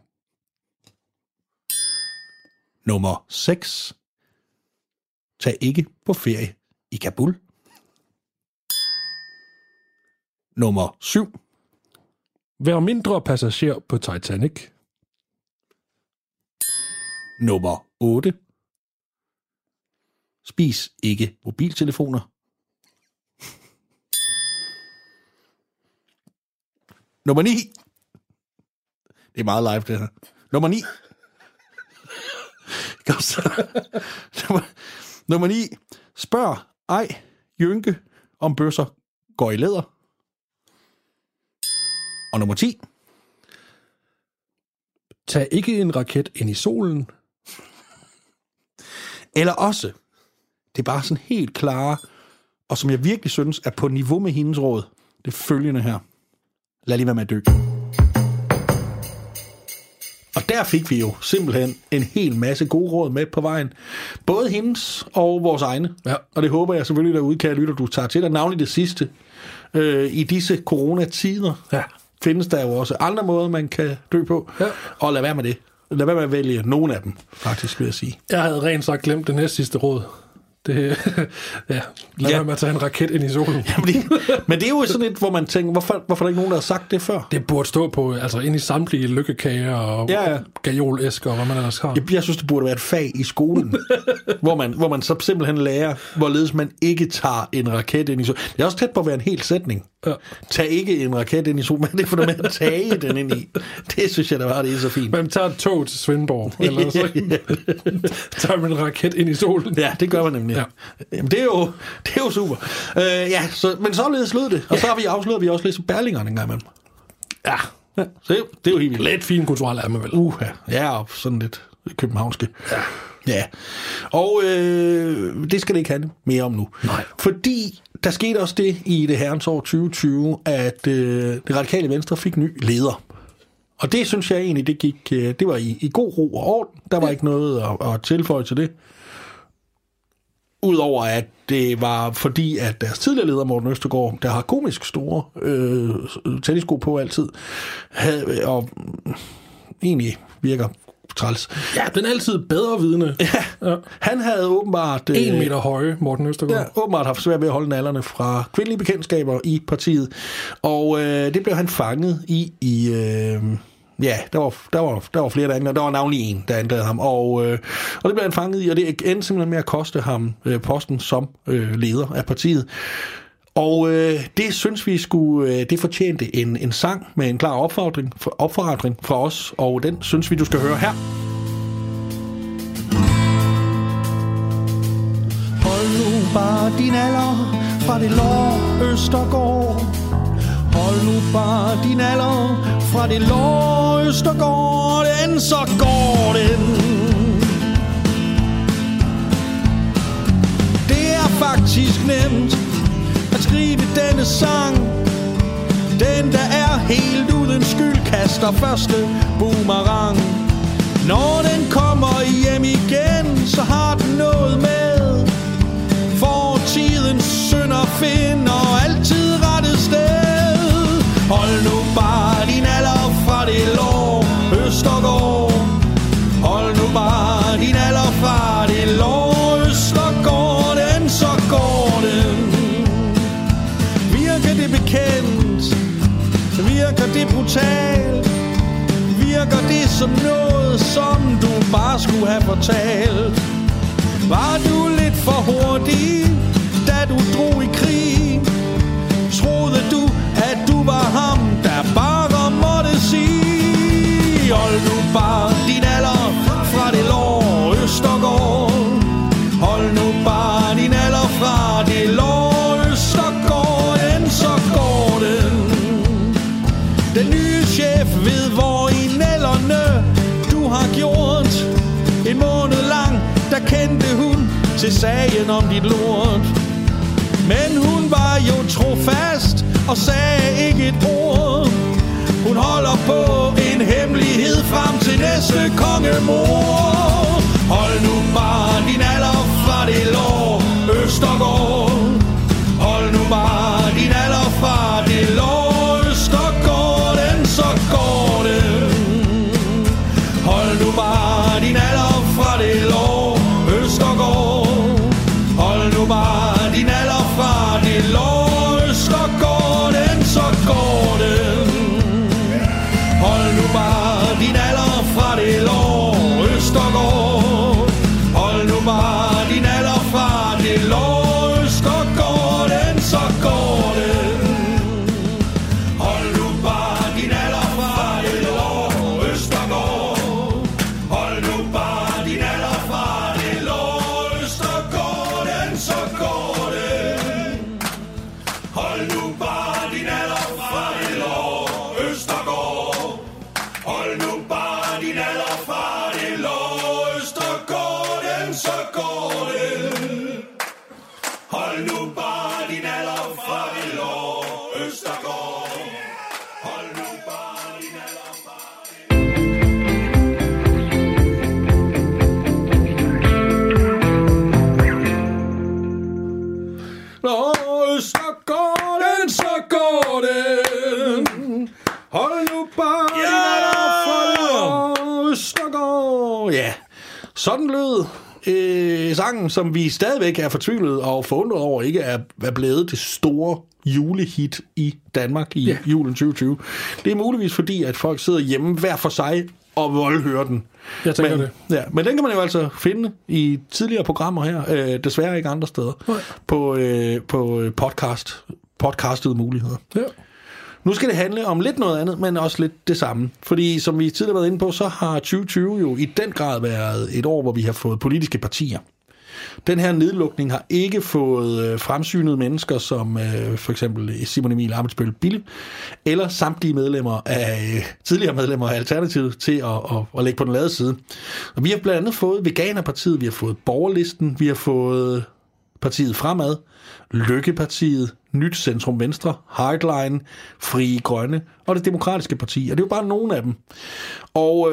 B: Nummer 6. Tag ikke på ferie i Kabul. Nummer 7.
C: Vær mindre passager på Titanic.
B: Nummer 8. Spis ikke mobiltelefoner. Nummer 9. Det er meget live, det her. Nummer 9. Nummer 9. Spørg Jynke, om bøsser går i læder. Og nummer 10.
C: Tag ikke en raket ind i solen.
B: Eller også, det er bare sådan helt klare, og som jeg virkelig synes er på niveau med hendes råd, det er følgende her. Lad lige være med at dø. Og der fik vi jo simpelthen en hel masse gode råd med på vejen. Både hendes og vores egne. Ja. Og det håber jeg selvfølgelig derude, kære lytter, du tager til dig. Navnlig det sidste. I disse coronatider findes der jo også andre måder, man kan dø på. Ja. Og lad være med det. Lad være med at vælge nogen af dem, faktisk vil jeg sige.
C: Jeg havde rent sagt glemt det næste sidste råd. Det, ja, lad være med at tage en raket ind i solen.
B: Men det er jo sådan et, hvor man tænker, hvorfor er der ikke nogen, der har sagt det før?
C: Det burde stå på, altså ind i samtlige lykkekager og gajolæsker og hvad man ellers har.
B: Jeg synes, det burde være et fag i skolen, hvor man så simpelthen lærer, hvorledes man ikke tager en raket ind i solen. Det er også tæt på at være en hel sætning. Ja. Tag ikke en raket ind i solen, men det er for det med at tage den ind i. Det synes jeg, det er så fint.
C: Man tager et tog til Svendborg, eller så tager man en raket ind i solen.
B: Ja, det gør man nemlig. Ja. Jamen, det er jo super. Men således lød det. Og så har vi afsløret, at vi også læser Berlingeren en gang imellem. Ja, så det er jo helt vildt.
C: Lidt fin kulturel er man vel.
B: Ja, og sådan lidt københavnske. Ja. Og det skal det ikke handle mere om nu. Nej. Fordi der skete også det i det herrens år 2020, at det radikale Venstre fik ny leder. Og det synes jeg egentlig, det var i god ro og orden. Der var ikke noget at tilføje til det. Udover at det var fordi, at deres tidligere leder, Morten Østergaard, der har komisk store tennisko på altid, og egentlig virker træls.
C: Ja, den er altid bedre vidne.
B: Ja. Han havde åbenbart
C: 1 meter høje, Morten Østergaard.
B: Ja, åbenbart haft svært ved at holde nallerne fra kvindelige bekendtskaber i partiet. Og det blev han fanget i der var flere, der anklagede. Der var navnlig en, der anklagede ham. Og det blev han fanget i, og det endte simpelthen med at koste ham posten som leder af partiet. Og det synes vi det fortjente en sang med en klar opfordring fra os, og den synes vi, du skal høre her.
D: Hold nu bare din alder fra det lår Østergaard. Hold nu bare din alder fra det lår Østergaard, den så går den. Det er faktisk nemt at skrive denne sang. Den der er helt uden skyld kaster første boomerang. Når den kommer hjem igen, så har den noget med fortidens synder finder altid rette sted. Hold nu bare din alder fra det lår Østergaard. Hold nu bare din alder fra det lår Østergaard, den så går den. Virker det bekendt? Virker det brutalt? Virker det som noget, som du bare skulle have fortalt? Var du lidt for hurtig, da du drog i krig? Troede du, at du var ham, der bare måtte sige? Hold nu bare din alder fra det lår Østergaard. Hold nu bare din alder fra det lår Østergaard, den så går den. Den nye chef ved, hvor i nælderne du har gjort. En måned lang, der kendte hun til sagen om dit lort. Men hun var jo trofast og sagde ikke et ord. Hun holder på en hemmelighed frem til næste kongemor. Hold nu bare din alder fra det lår Østergaard. Hold nu bare din alder fra det lår Østergaard, den så går den. Hold nu bare din alder fra det lår Østergaard. Hold nu bare din alder fra det lår Østergaard, den så går den. Hold nu bare din alder fra det lår Østergaard. Hold nu bare din alder fra det lår Østergaard, den så går den. Hold nu bare din alder fra det lår Østergaard. Hold nu bare din alder fra det lår Østergaard, den så går den. Hold nu bare din alder fra det lår Østergaard. Hold nu bare din alder fra det lår Østergaard, den så går den. Hold nu bare din alder fra det lår Østergaard. Hold nu bare din alder fra
B: Lår Østergaard, den så går den. Hold nu bare din alder fra det lår Østergaard. Ja, sådan lød sangen, som vi stadigvæk er fortvivlet og forundret over, ikke er blevet det store julehit i Danmark i julen 2020. Det er muligvis fordi, at folk sidder hjemme hver for sig og voldhører den.
C: Jeg tænker det.
B: Ja, men den kan man jo altså finde i tidligere programmer her, desværre ikke andre steder, på podcastede muligheder. Ja. Nu skal det handle om lidt noget andet, men også lidt det samme. Fordi som vi tidligere har været inde på, så har 2020 jo i den grad været et år, hvor vi har fået politiske partier. Den her nedlukning har ikke fået fremsynede mennesker som for eksempel Simon Emil Ammitzbøll-Bille eller samtlige tidligere medlemmer af Alternativet til at lægge på den lade side. Og vi har blandt andet fået Veganerpartiet, vi har fået Borgerlisten, vi har fået Partiet Fremad, Lykkepartiet, Nyt Centrum Venstre, Hardline, Frie Grønne og Det Demokratiske Parti. Og det er jo bare nogle af dem. Og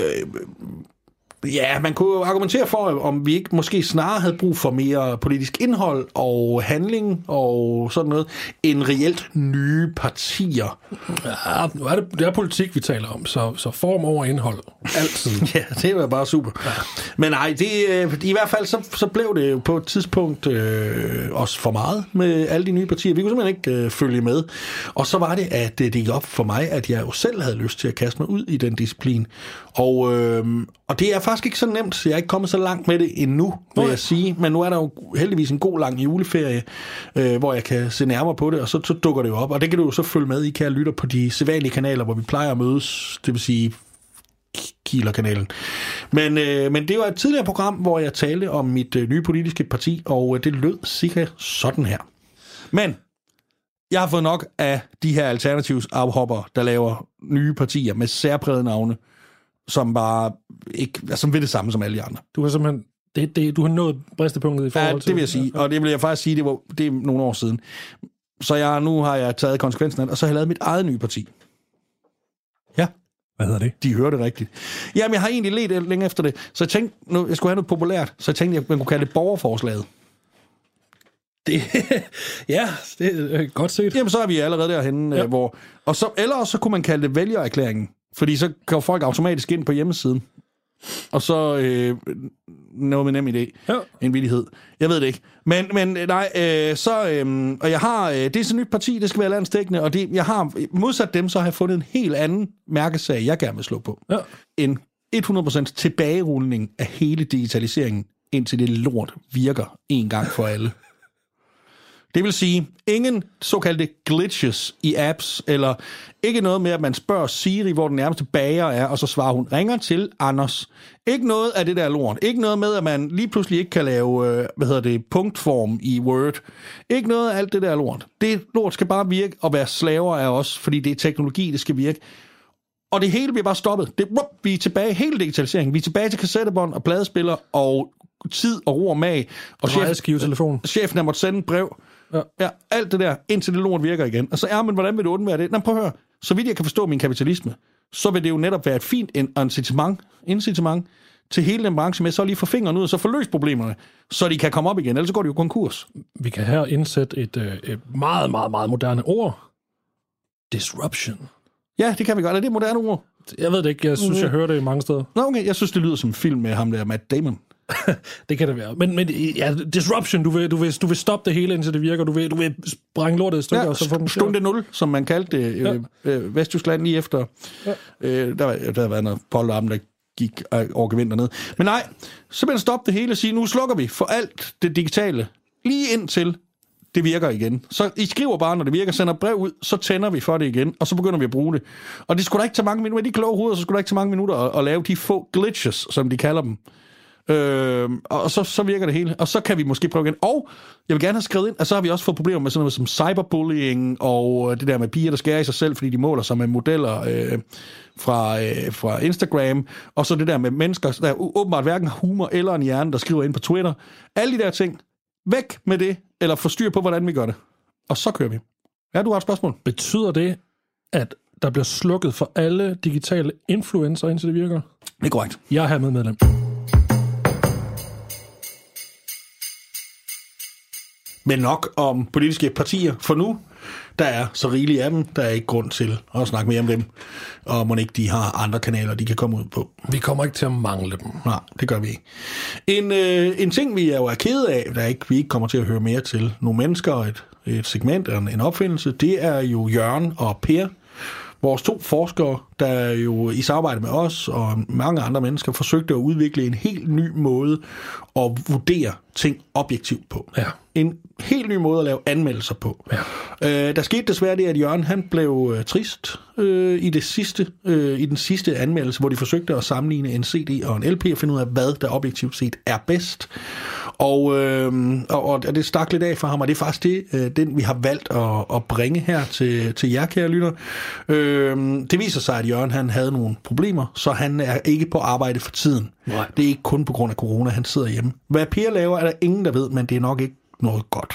B: ja, man kunne argumentere for, om vi ikke måske snarere havde brug for mere politisk indhold og handling og sådan noget, end reelt nye partier.
C: Ja, nu er det er politik, vi taler om, så form over indhold. Altid.
B: Ja, det var bare super. Ja. Men nej, i hvert fald så blev det jo på et tidspunkt også for meget med alle de nye partier. Vi kunne simpelthen ikke følge med. Og så var det, at det gik op for mig, at jeg jo selv havde lyst til at kaste mig ud i den disciplin. Og det er faktisk ikke så nemt, så jeg er ikke kommet så langt med det endnu, vil jeg sige. Men nu er der jo heldigvis en god lang juleferie, hvor jeg kan se nærmere på det, og så dukker det jo op. Og det kan du jo så følge med i, kære lytter, på de sædvanlige kanaler, hvor vi plejer at mødes, det vil sige Kieler-kanalen. Men det var et tidligere program, hvor jeg talte om mit nye politiske parti, og det lød sikkert sådan her. Men jeg har fået nok af de her alternativsafhoppere, der laver nye partier med særprægede navne, som bare ikke, som vil det samme som alle de andre.
C: Du har simpelthen, du har nået bristepunktet i forhold til...
B: Ja, det vil jeg sige, og det vil jeg faktisk sige, det er nogle år siden. Så nu har jeg taget konsekvensen af det, og så har jeg lavet mit eget nye parti. Ja.
C: Hvad hedder det?
B: De hører det rigtigt. Jamen, jeg har egentlig ledt længe efter det, så jeg tænkte, jeg skulle have noget populært, så jeg tænkte, at man kunne kalde det borgerforslaget.
C: Ja, det er godt set.
B: Jamen, så er vi allerede derhenne, ja. Eller så kunne man kalde det vælgererklæringen. Fordi så går folk automatisk ind på hjemmesiden. Og så noget med nem idé. Ja. En villighed. Jeg ved det ikke. Men nej, og jeg har... det er sådan et nyt parti, det skal være landsdækkende, og jeg har... Modsat dem, så har jeg fundet en helt anden mærkesag, jeg gerne vil slå på. Ja. En 100% tilbagerulning af hele digitaliseringen, indtil det lort virker en gang for alle. Det vil sige, ingen såkaldte glitches i apps, eller ikke noget med, at man spørger Siri, hvor den nærmeste bager er, og så svarer hun, ringer til Anders. Ikke noget af det der lort. Ikke noget med, at man lige pludselig ikke kan lave, punktform i Word. Ikke noget af alt det der lort. Det lort skal bare virke og være slaver af os, fordi det er teknologi, det skal virke. Og det hele bliver bare stoppet. Vi er tilbage, hele digitaliseringen. Vi er tilbage til kassettebånd og pladespiller og tid og ro og mag. Og chefen har måttet sende et brev. Ja, alt det der, indtil det lort virker igen. Og så men hvordan vil du undvære det? Nå, prøv at høre. Så vidt jeg kan forstå min kapitalisme, så vil det jo netop være et fint incitament til hele den branche med, så lige få fingrene ud og så få løst problemerne, så de kan komme op igen, ellers så går det jo konkurs.
C: Vi kan her indsætte et meget, meget, meget moderne ord. Disruption.
B: Ja, det kan vi godt. Er det et moderne ord?
C: Jeg ved det ikke. Jeg synes, jeg hører det mange steder.
B: Nå, okay. Jeg synes, det lyder som en film med ham der, Matt Damon.
C: Det kan det være. Men ja, disruption, du vil stoppe det hele, indtil det virker. Du vil sprænge lortet i stykker. Ja, og så få dem
B: stunde 0, som man kaldte det. Vesttyskland lige efter. Ja. Der havde været noget polterarm, der gik over gevind dernede. Men nej, så vil man stoppe det hele og sige, nu slukker vi for alt det digitale. Lige indtil det virker igen. Så I skriver bare, når det virker, sender brev ud, så tænder vi for det igen, og så begynder vi at bruge det. Og det skulle da ikke tage mange minutter, med de kloge hoveder, så skulle der ikke tage mange minutter at lave de få glitches, som de kalder dem. Og så virker det hele. Og så kan vi måske prøve igen. Og jeg vil gerne have skrevet ind, at så har vi også fået problemer med sådan noget som cyberbullying, og det der med piger, der skærer i sig selv, fordi de måler sig med modeller fra Instagram, og så det der med mennesker, der åbenbart hverken har humor eller en hjerne, der skriver ind på Twitter. Alle de der ting. Væk med det, eller få styr på, hvordan vi gør det. Og så kører vi. Ja, du har et spørgsmål.
C: Betyder det, at der bliver slukket for alle digitale influencer, indtil det virker?
B: Det er korrekt.
C: Jeg er her medlem.
B: Men nok om politiske partier for nu. Der er så rigeligt af dem, der er ikke grund til at snakke mere om dem. Og må ikke de har andre kanaler, de kan komme ud på.
C: Vi kommer ikke til at mangle dem.
B: Nej, det gør vi ikke. En ting, vi er jo kede af, vi ikke kommer til at høre mere til nogle mennesker og et segment og en opfindelse, det er jo Jørgen og Per. Vores 2 forskere, der jo i samarbejde med os og mange andre mennesker forsøgte at udvikle en helt ny måde at vurdere ting objektivt på.
C: Ja.
B: En helt ny måde at lave anmeldelser på.
C: Ja.
B: Der skete desværre det, at Jørgen han blev trist i den sidste anmeldelse, hvor de forsøgte at sammenligne en CD og en LP og finde ud af, hvad der objektivt set er bedst. Og det stak lidt af for ham, og det er faktisk den vi har valgt at bringe her til jer, kære lytter. Det viser sig, at Jørgen han havde nogle problemer, så han er ikke på arbejde for tiden.
C: Nej.
B: Det er ikke kun på grund af corona, han sidder hjemme. Hvad Per laver, er der ingen, der ved, men det er nok ikke noget godt.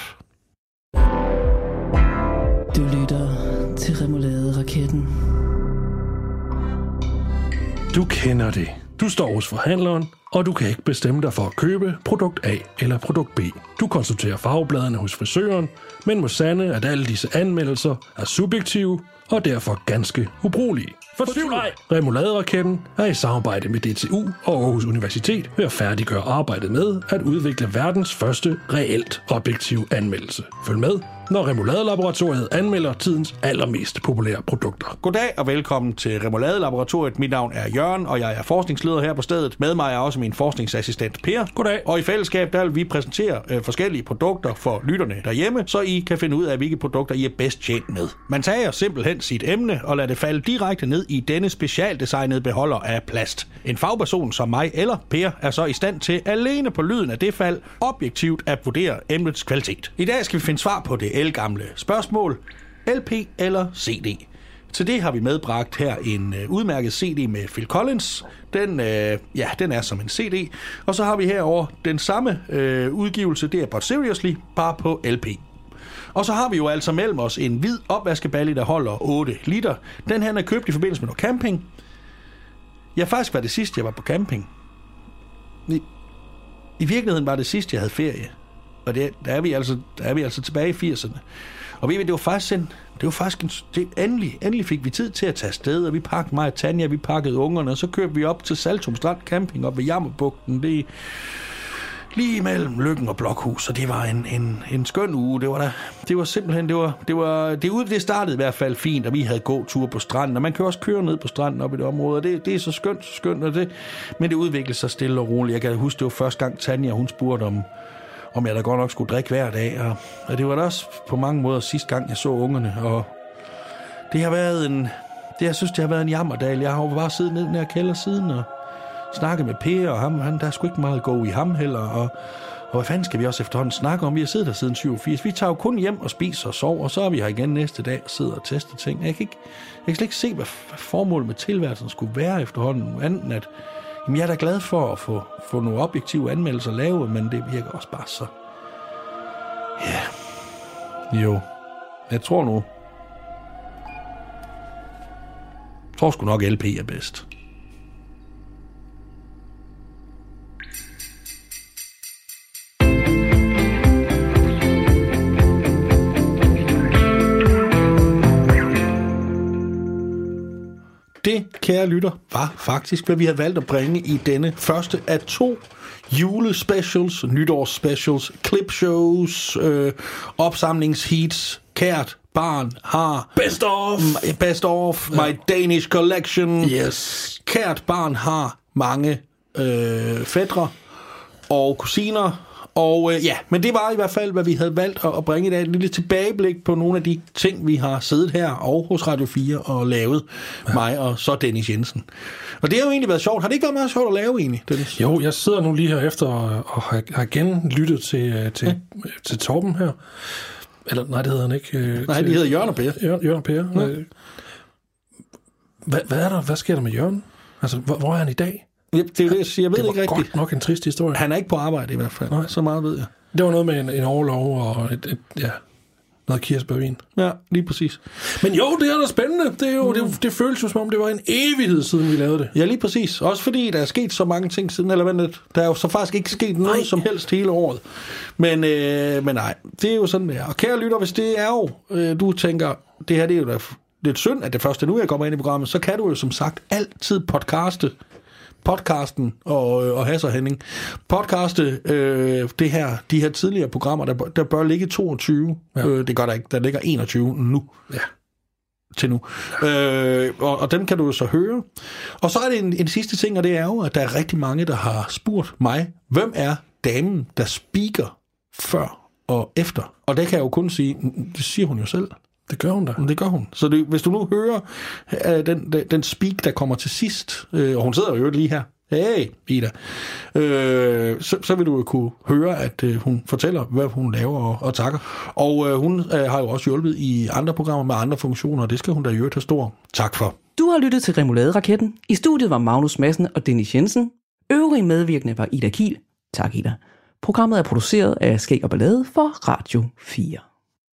A: Du lytter til Remoulade-raketten.
C: Du kender det. Du står hos forhandleren, og du kan ikke bestemme dig for at købe produkt A eller produkt B. Du konsulterer farvebladene hos frisøren, men må sande, at alle disse anmeldelser er subjektive og derfor ganske ubrugelige. Fortvivl ej! Remoulade-raketten er i samarbejde med DTU og Aarhus Universitet ved at færdiggøre arbejdet med at udvikle verdens første reelt objektive anmeldelse. Følg med, når Remoulade-laboratoriet anmelder tidens allermest populære produkter.
B: Goddag og velkommen til Remoulade-laboratoriet. Mit navn er Jørgen, og jeg er forskningsleder her på stedet. Med mig er også min forskningsassistent Per.
C: Goddag.
B: Og i fællesskab der vil vi præsentere forskellige produkter for lytterne derhjemme, så I kan finde ud af, hvilke produkter I er bedst tjent med. Man tager simpelthen sit emne og lader det falde direkte ned i denne specialdesignede beholder af plast. En fagperson som mig eller Per er så i stand til alene på lyden af det fald objektivt at vurdere emnets kvalitet. I dag skal vi finde svar på det ældgamle spørgsmål: LP eller CD? Til det har vi medbragt her en udmærket CD med Phil Collins. Den er som en CD. Og så har vi herover den samme udgivelse, det er But Seriously, bare på LP. Og så har vi jo altså mellem os en hvid opvaskebalje, der holder 8 liter. Den her er købt i forbindelse med noget camping. Ja, faktisk var det sidste, jeg var på camping. I virkeligheden var det sidste, jeg havde ferie. Og der er vi altså tilbage i 80'erne. Og ved I, endelig fik vi tid til at tage afsted, og vi pakkede mig og Tanja, vi pakkede ungerne, og så kørte vi op til Saltum Strand Camping op ved Jammerbugten. Det lige mellem Løkken og Blokhus, og det var en skøn uge. Det startede i hvert fald fint, og vi havde gåtur på stranden, og man kan også køre ned på stranden op i det område, og det er så skønt, men det udviklede sig stille og roligt. Jeg kan huske, det var første gang Tanja, hun spurgte om jeg da godt nok skulle drikke hver dag, og det var da også på mange måder sidste gang, jeg så ungerne, og det har været en jammerdal. Jeg har jo bare siddet ned i den her kældersiden og snakket med Per, og han der er sgu ikke meget gå i ham heller, og hvad fanden skal vi også efterhånden snakke om? Vi har siddet der siden 87. Vi tager jo kun hjem og spiser og sover, og så er vi her igen næste dag og sidder og tester ting. Jeg kan slet ikke se, hvad formålet med tilværelsen skulle være efterhånden, anden at jeg er da glad for at få nogle objektive anmeldelser lavet, men det virker også bare så... Ja. Jo. Jeg tror sgu nok LP er bedst. Det, kære lytter, var faktisk, hvad vi har valgt at bringe i denne første af 2 julespecials, nytårsspecials, clipshows, opsamlingsheats. Kært barn har... Best of, my Danish collection.
C: Yes.
B: Kært barn har mange fætre og kusiner. Og men det var i hvert fald, hvad vi havde valgt at bringe i dag. Et lille tilbageblik på nogle af de ting, vi har siddet her og hos Radio 4 og lavet, mig og så Dennis Jensen. Og det har jo egentlig været sjovt. Har det ikke været meget sjovt at lave egentlig, Dennis?
C: Jo, jeg sidder nu lige her efter og har igen lyttet til Torben her. Eller nej, det hedder han ikke.
B: Nej, det hedder Jørgen og Per.
C: Jørgen og Per. Hvad er der? Hvad sker der med Jørgen? Altså, hvor er han i dag?
B: Ja, det er det, jeg siger. Jeg ved det ikke rigtigt.
C: Godt nok en trist historie.
B: Han er ikke på arbejde i hvert fald. Nej. Så meget ved jeg.
C: Det var noget med en overlov og ja. noget kirsebærvin.
B: Ja, lige præcis.
C: Men jo, det er da spændende. Det føles jo som om, det var en evighed siden, vi lavede det.
B: Ja, lige præcis. Også fordi der er sket så mange ting siden, eller hvad, der er jo så faktisk ikke sket noget som helst hele året. Men nej, det er jo sådan, det er. Og kære lytter, hvis det er jo, du tænker, det her det er jo da lidt synd, at det første nu, jeg kommer ind i programmet, så kan du jo som sagt altid podcasten og Hasse og Henning podcaste de her tidligere programmer, der bør ligge 22. Ja. Det gør der ikke. Der ligger 21 nu. Ja. Til nu. Og dem kan du jo så høre. Og så er det en sidste ting, og det er jo, at der er rigtig mange, der har spurgt mig, hvem er damen, der speaker før og efter? Og det kan jeg jo kun sige, det siger hun jo selv.
C: Det gør hun da.
B: Det gør hun. Så hvis du nu hører den speak, der kommer til sidst, og hun sidder jo lige her, hey Ida, så vil du jo kunne høre, at hun fortæller, hvad hun laver og takker. Og hun har jo også hjulpet i andre programmer med andre funktioner, og det skal hun da i øvrigt have stor tak for.
A: Du har lyttet til Remoulade-raketten. I studiet var Magnus Madsen og Dennis Jensen. Øvrige medvirkende var Ida Kiel. Tak, Ida. Programmet er produceret af Skæg og Ballade for Radio 4.